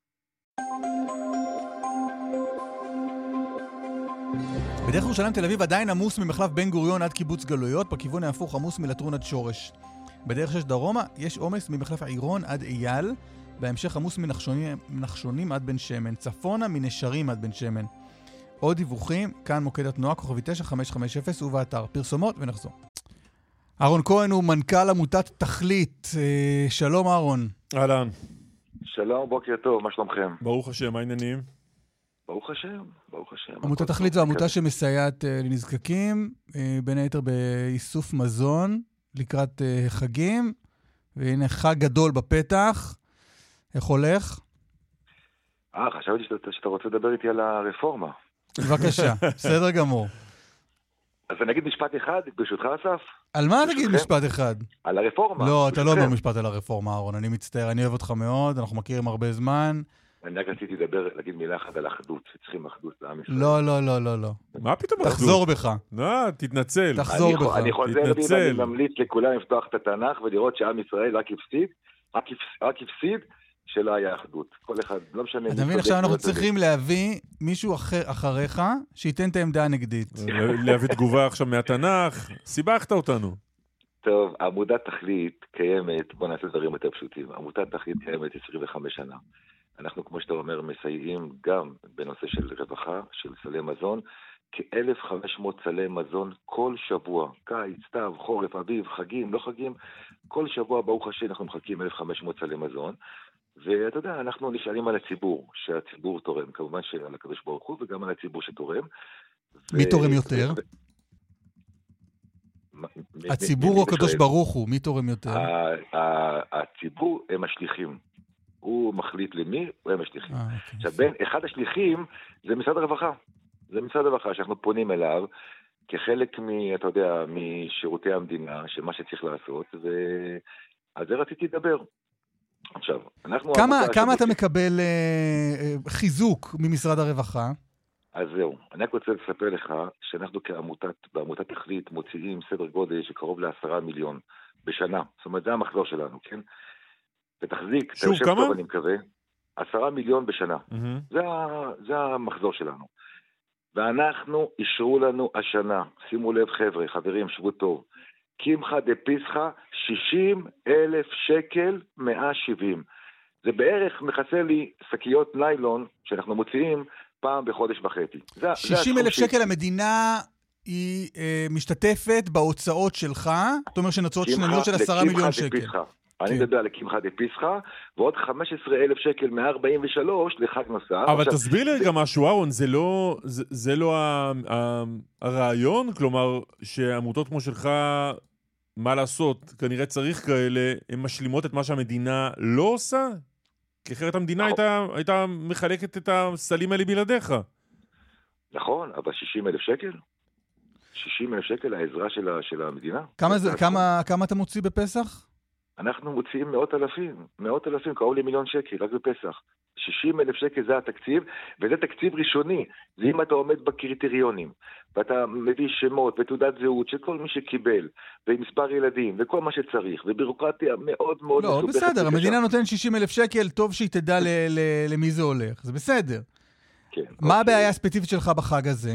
בדרך ירושלים תל אביב עדיין עמוס ממחלף בן גוריון עד קיבוץ גלויות, בכיוון ההפוך עמוס מלטרון עד שורש. בדרך שש דרומה יש עומס ממחלף העירון עד אייל, בהמשך עמוס מנחשונים, מנחשונים עד בן שמן, צפונה מנשרים עד בן שמן. עוד דיווחים, כאן מוקד התנועה, כוכבי תשע חמש חמש אפס ובאתר. פרסומות ונחזור. אהרון כהן הוא מנכ"ל עמותת תכלית. שלום אהרון. אהלן. שלום, בוקר טוב, מה שלומכם? ברוך השם, מה העניינים? ברוך השם, ברוך השם. עמותת תכלית זו עמותה שמסייעת לנזקקים, בין היתר באיסוף מזון לקראת חגים, והנה חג גדול בפתח. איך הולך? אה, חשבתי שאתה, שאתה רוצה לדבר איתי על הרפורמה. בבקשה, בסדר גמור. אז אני אגיד משפט אחד, ברשותך אסף. על מה תגיד משפט אחד? על הרפורמה. לא, אתה לא אומר משפט על הרפורמה, אהרון, אני מצטער, אני אוהב אותך מאוד, אנחנו מכירים הרבה זמן. אני רק רציתי לדבר, להגיד מילה אחת על אחדות, שצריכים אחדות לעם ישראל. לא, לא, לא, לא, לא. מה פתאום אחדות? תחזור בך. לא, תתנצל. תחזור בך. אני חוזר בי ואני ממליץ לכולם לפתוח את התנ"ך ולראות שעם ישראל רק הפסיד, רק הפסיד שלא היה אחדות. כל אחד, לא משנה. אתה מבין, עכשיו אנחנו צריכים להביא מישהו אחריך שייתן את העמדה הנגדית. להביא תגובה עכשיו מהתנ"ך, סיבכת אותנו. טוב, עמותת תכלית קיימת, בוא נעשה דברים יותר פשוטים. עמותת תכלית קיימת עשרים וחמש שנה. אנחנו, כמו שאתה אומר, מסייעים גם בנושא של רווחה, של סלי מזון, כ-אלף וחמש מאות סלי מזון כל שבוע, קיץ, סתיו, חורף, אביב, חגים, לא חגים, כל שבוע ברוך השם אנחנו מחכים אלף וחמש מאות סלי מזון, ואתה יודע, אנחנו נשאלים על הציבור, שהציבור תורם, כמובן שעל הקדוש ברוך הוא וגם על הציבור שתורם. מי תורם יותר? הציבור או הקדוש ברוך הוא, מי תורם יותר? הציבור הם השליחים. הוא מחליט למי, הוא הם השליחים. עכשיו, בין אחד השליחים זה משרד הרווחה. זה משרד הרווחה שאנחנו פונים אליו כחלק מ, אתה יודע, משירותי המדינה, שמה שצריך לעשות, ועל זה רציתי לדבר. עכשיו, אנחנו... כמה, כמה אתה מקבל uh, חיזוק ממשרד הרווחה? אז זהו, אני רק רוצה לספר לך שאנחנו כעמותת, בעמותת תכלית מוציאים סדר גודל שקרוב לעשרה מיליון בשנה. זאת אומרת, זה המחזור שלנו, כן? ותחזיק, שוב, כמה? טוב, אני מקווה, עשרה מיליון בשנה. Mm-hmm. זה, זה המחזור שלנו. ואנחנו אישרו לנו השנה, שימו לב חבר'ה, חברים, שבו טוב, קמחא דפסחא, שישים אלף שקל, מאה שבעים. זה בערך מכסה לי שקיות ניילון שאנחנו מוציאים פעם בחודש וחצי. שישים אלף שקל המדינה היא אה, משתתפת בהוצאות שלך, זאת אומרת שנוצאות שנניות של עשרה מיליון שקל. אני מדבר על קמחא דפסחא, ועוד חמישה עשר אלף שקל מאה ארבעים ושלוש לחג נוסף. אבל תסביר לי רגע משהו, אהרון, זה לא, זה, זה לא ה, ה, הרעיון? כלומר, שעמותות כמו שלך, מה לעשות, כנראה צריך כאלה, הן משלימות את מה שהמדינה לא עושה? כי אחרת המדינה הייתה, הייתה מחלקת את הסלים האלה בלעדיך. נכון, אבל שישים אלף שקל? שישים אלף שקל העזרה של, של המדינה? כמה, זה, כמה, כמה אתה מוציא בפסח? אנחנו מוציאים מאות אלפים, מאות אלפים, קרוב למיליון שקל, רק בפסח. שישים אלף שקל זה התקציב, וזה תקציב ראשוני. זה אם אתה עומד בקריטריונים, ואתה מביא שמות ותעודת זהות של כל מי שקיבל, ומספר ילדים, וכל מה שצריך, ובירוקרטיה מאוד מאוד לא, מסובכת. לא, בסדר, המדינה נותנת שישים אלף שקל, טוב שהיא תדע ל- ל- למי זה הולך. זה בסדר. כן. מה אוקיי. הבעיה הספציפית שלך בחג הזה?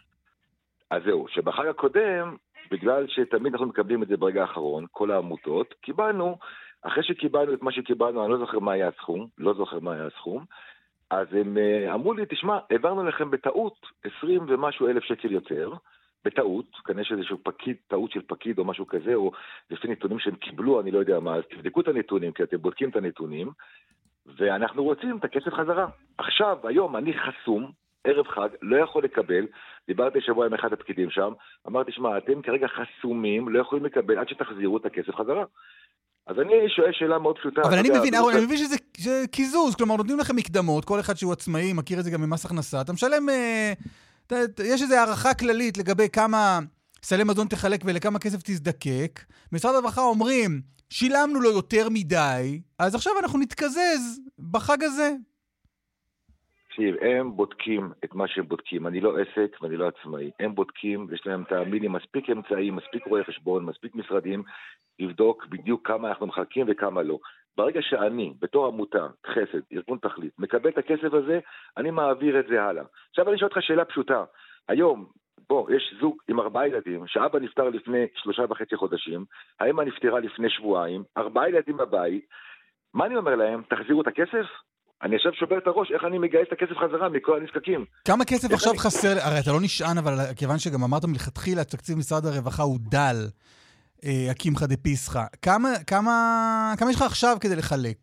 אז זהו, שבחג הקודם, בגלל שתמיד אנחנו מקבלים את זה ברגע האחרון, כל העמותות, קיבלנו, אחרי שקיבלנו את מה שקיבלנו, אני לא זוכר מה היה הסכום, לא זוכר מה היה הסכום, אז הם אמרו לי, תשמע, העברנו לכם בטעות עשרים ומשהו אלף שקל יותר, בטעות, כנראה שאיזשהו פקיד, טעות של פקיד או משהו כזה, או לפי נתונים שהם קיבלו, אני לא יודע מה, אז תבדקו את הנתונים, כי אתם בודקים את הנתונים, ואנחנו רוצים את הכסף חזרה. עכשיו, היום אני חסום, ערב חג, לא יכול לקבל, דיברתי שבוע עם אחד הפקידים שם, אמרתי, שמע, אתם כרגע חסומים, לא יכולים לקבל עד שתחזירו את הכסף חזרה. אז אני שואל שאלה מאוד פשוטה. אבל אני מבין, אהרון, אני מבין שזה קיזוז, כלומר, נותנים לכם מקדמות, כל אחד שהוא עצמאי, מכיר את זה גם ממס הכנסה, אתה משלם, יש איזו הערכה כללית לגבי כמה סלי מזון תחלק ולכמה כסף תזדקק, משרד הרווחה אומרים, שילמנו לו יותר מדי, אז עכשיו אנחנו נתקזז בחג הזה. תקשיב, הם בודקים את מה שהם בודקים, אני לא עסק ואני לא עצמאי, הם בודקים, יש להם תאמינים, מספיק אמצעים, מספיק רואי חשבון, מספיק משרדים, לבדוק בדיוק כמה אנחנו מחלקים וכמה לא. ברגע שאני, בתור עמותה, חסד, ארגון תכלית, מקבל את הכסף הזה, אני מעביר את זה הלאה. עכשיו אני שואל אותך שאלה פשוטה, היום, בוא, יש זוג עם ארבעה ילדים, שאבא נפטר לפני שלושה וחצי חודשים, האמא נפטרה לפני שבועיים, ארבעה ילדים בבית, מה אני אומר להם? תחזירו את הכסף? אני עכשיו שובר את הראש, איך אני מגייס את הכסף חזרה מכל הנזקקים. כמה כסף עכשיו אני... חסר, הרי אתה לא נשען, אבל כיוון שגם אמרת מלכתחילה, תקציב משרד הרווחה הוא דל, אה, הקמחא דפסחא. כמה, כמה, כמה יש לך עכשיו כדי לחלק?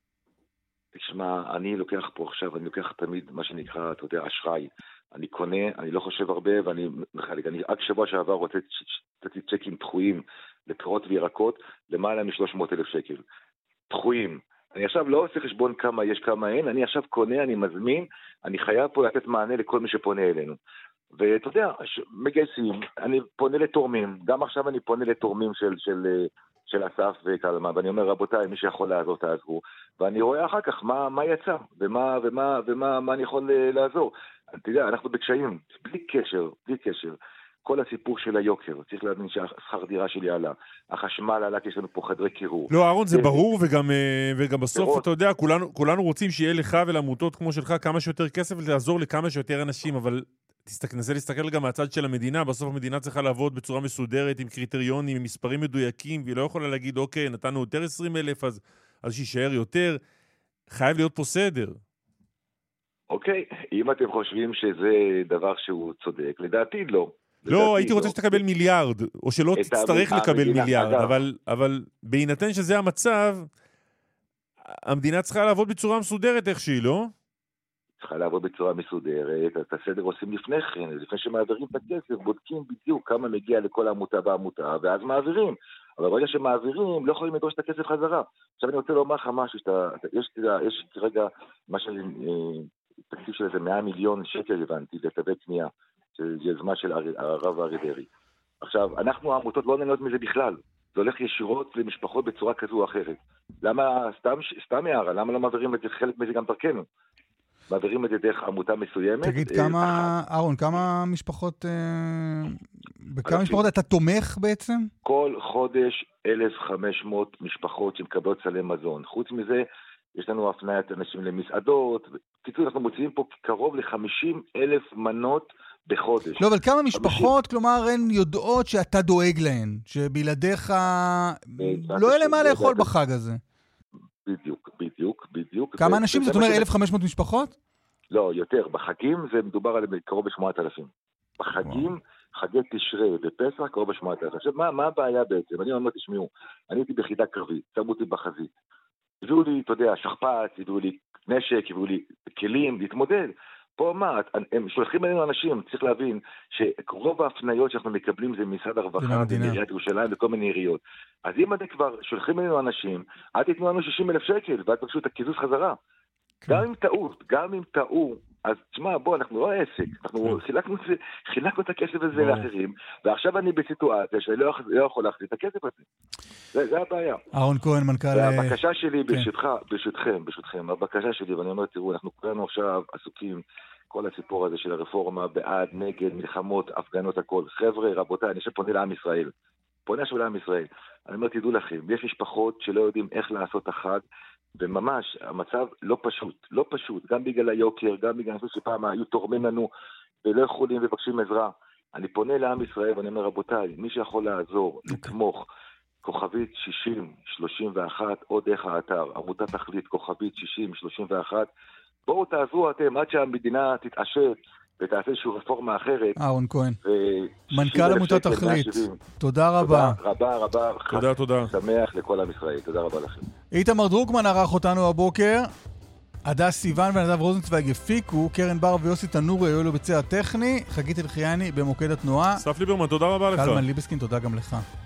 תשמע, אני לוקח פה עכשיו, אני לוקח תמיד מה שנקרא, אתה יודע, אשראי. אני קונה, אני לא חושב הרבה, ואני מחלק. אני רק שבוע שעבר רוצה לתת צ'קים דחויים לפירות וירקות, למעלה מ-שלוש מאות אלף שקל. דחויים. אני עכשיו לא עושה חשבון כמה יש, כמה אין, אני עכשיו קונה, אני מזמין, אני חייב פה לתת מענה לכל מי שפונה אלינו. ואתה יודע, מגייסים, אני פונה לתורמים, גם עכשיו אני פונה לתורמים של, של, של אסף וקלמה, ואני אומר, רבותיי, מי שיכול לעזור, תעזרו, ואני רואה אחר כך מה, מה יצא, ומה, ומה, ומה, מה אני יכול לעזור. אתה יודע, אנחנו בקשיים, בלי קשר, בלי קשר. כל הסיפור של היוקר, צריך להבין שהשכר דירה שלי עלה, החשמל עלה, כי יש לנו פה חדרי קירור. לא, אהרון, זה ברור, וגם, וגם בסוף, אתה יודע, כולנו, כולנו רוצים שיהיה לך ולעמותות כמו שלך כמה שיותר כסף, ולעזור לכמה שיותר אנשים, אבל תנסה להסתכל גם מהצד של המדינה, בסוף המדינה צריכה לעבוד בצורה מסודרת, עם קריטריונים, עם מספרים מדויקים, והיא לא יכולה להגיד, אוקיי, נתנו יותר עשרים אלף, אז, אז שישאר יותר. חייב להיות פה סדר. אוקיי, אם אתם חושבים שזה דבר שהוא צודק, לדעתי לא. לא, הייתי רוצה שתקבל מיליארד, או שלא תצטרך לקבל מיליארד, אבל, אבל בהינתן שזה המצב, המדינה צריכה לעבוד בצורה מסודרת איכשהי, לא? צריכה לעבוד בצורה מסודרת, את הסדר עושים לפני כן, לפני שמעבירים את הכסף, בודקים בדיוק כמה מגיע לכל העמותה בעמותה, ואז מעבירים. אבל ברגע שמעבירים, לא יכולים לדרוש את הכסף חזרה. עכשיו אני רוצה לומר לך משהו, שאתה, יש, יש כרגע משהו, תקציב של איזה מאה מיליון שקל הבנתי, לתווי קנייה. של יזמה של הרב אריה דרעי. עכשיו, אנחנו העמותות לא נהנות מזה בכלל. זה הולך ישירות למשפחות בצורה כזו או אחרת. למה, סתם, סתם הערה, למה לא מעבירים את זה, חלק מזה גם דרכנו? מעבירים את זה דרך עמותה מסוימת. תגיד, כמה, אהרון, כמה משפחות, בכמה משפחות אתה תומך בעצם? כל חודש אלף וחמש מאות משפחות שמקבלות סלי מזון. חוץ מזה, יש לנו הפניית אנשים למסעדות. קיצור, אנחנו מוציאים פה קרוב ל-חמישים אלף מנות בחודש. לא, אבל כמה משפחות, כלומר, הן יודעות שאתה דואג להן, שבלעדיך לא יהיה למה לאכול בחג הזה. בדיוק, בדיוק, בדיוק. כמה אנשים? זאת אומרת אלף וחמש מאות משפחות? לא, יותר. בחגים זה מדובר על קרוב ב-שמונת אלפים. בחגים, חגי תשרי ופסח, קרוב ב-שמונת אלפים. עכשיו, מה, מה הבעיה בעצם? אני אומר, תשמעו, אני הייתי בחידה קרבית, שמו אותי בחזית. הביאו לי, אתה יודע, שכפ"ץ, הביאו לי נשק, הביאו לי כלים, להתמודד. פה מה, הם שולחים אלינו אנשים, צריך להבין שרוב ההפניות שאנחנו מקבלים זה משרד הרווחה, בעיריית ירושלים וכל מיני עיריות. אז אם אתם כבר שולחים אלינו אנשים, אל תיתנו לנו שישים אלף שקל, ואז תבקשו את הקיזוז חזרה. גם אם טעות, גם אם טעו, אז תשמע, בוא, אנחנו לא עסק, אנחנו חילקנו, חילקנו את הכסף הזה לאחרים, ועכשיו אני בסיטואציה שאני לא יכול להחזיר את הכסף הזה. זה, זה הבעיה. אהרון כהן, מנכ"ל... והבקשה שלי, ברשותך, ברשותכם, ברשותכם, הבקשה שלי, ואני אומר, תראו, אנחנו כולנו עכשיו עסוקים, כל הסיפור הזה של הרפורמה, בעד, נגד, מלחמות, הפגנות, הכל. חבר'ה, רבותיי, אני שפונה לעם ישראל. פונה עכשיו לעם ישראל. אני אומר, תדעו לכם, יש משפחות שלא יודעים איך לעשות החג, וממש, המצב לא פשוט, לא פשוט, גם בגלל היוקר, גם בגלל שפעם היו תורמים לנו ולא יכולים ובקשים עזרה. אני פונה לעם ישראל ואני אומר, רבותיי, מי שיכול לעזור, לתמוך, כוכבית שישים שלושים ואחת, או דרך האתר, עמותת תכלית, כוכבית שישים שלושים ואחת, בואו תעזרו אתם עד שהמדינה תתעשת ותעשה איזושהי רפורמה אחרת. אהרון כהן, מנכ"ל עמותת תכלית, תודה רבה. תודה רבה רבה. תודה, תודה. שמח לכל עם ישראל, תודה רבה לכם. איתמר דרוקמן ערך אותנו הבוקר, הדס סיוון ונדב רוזנצוויג הפיקו, קרן בר ויוסי תנורי היו לו בצע הטכני, חגית אלחייני במוקד התנועה. אסף ליברמן, תודה רבה לך. קלמן ליבסקין, תודה גם לך.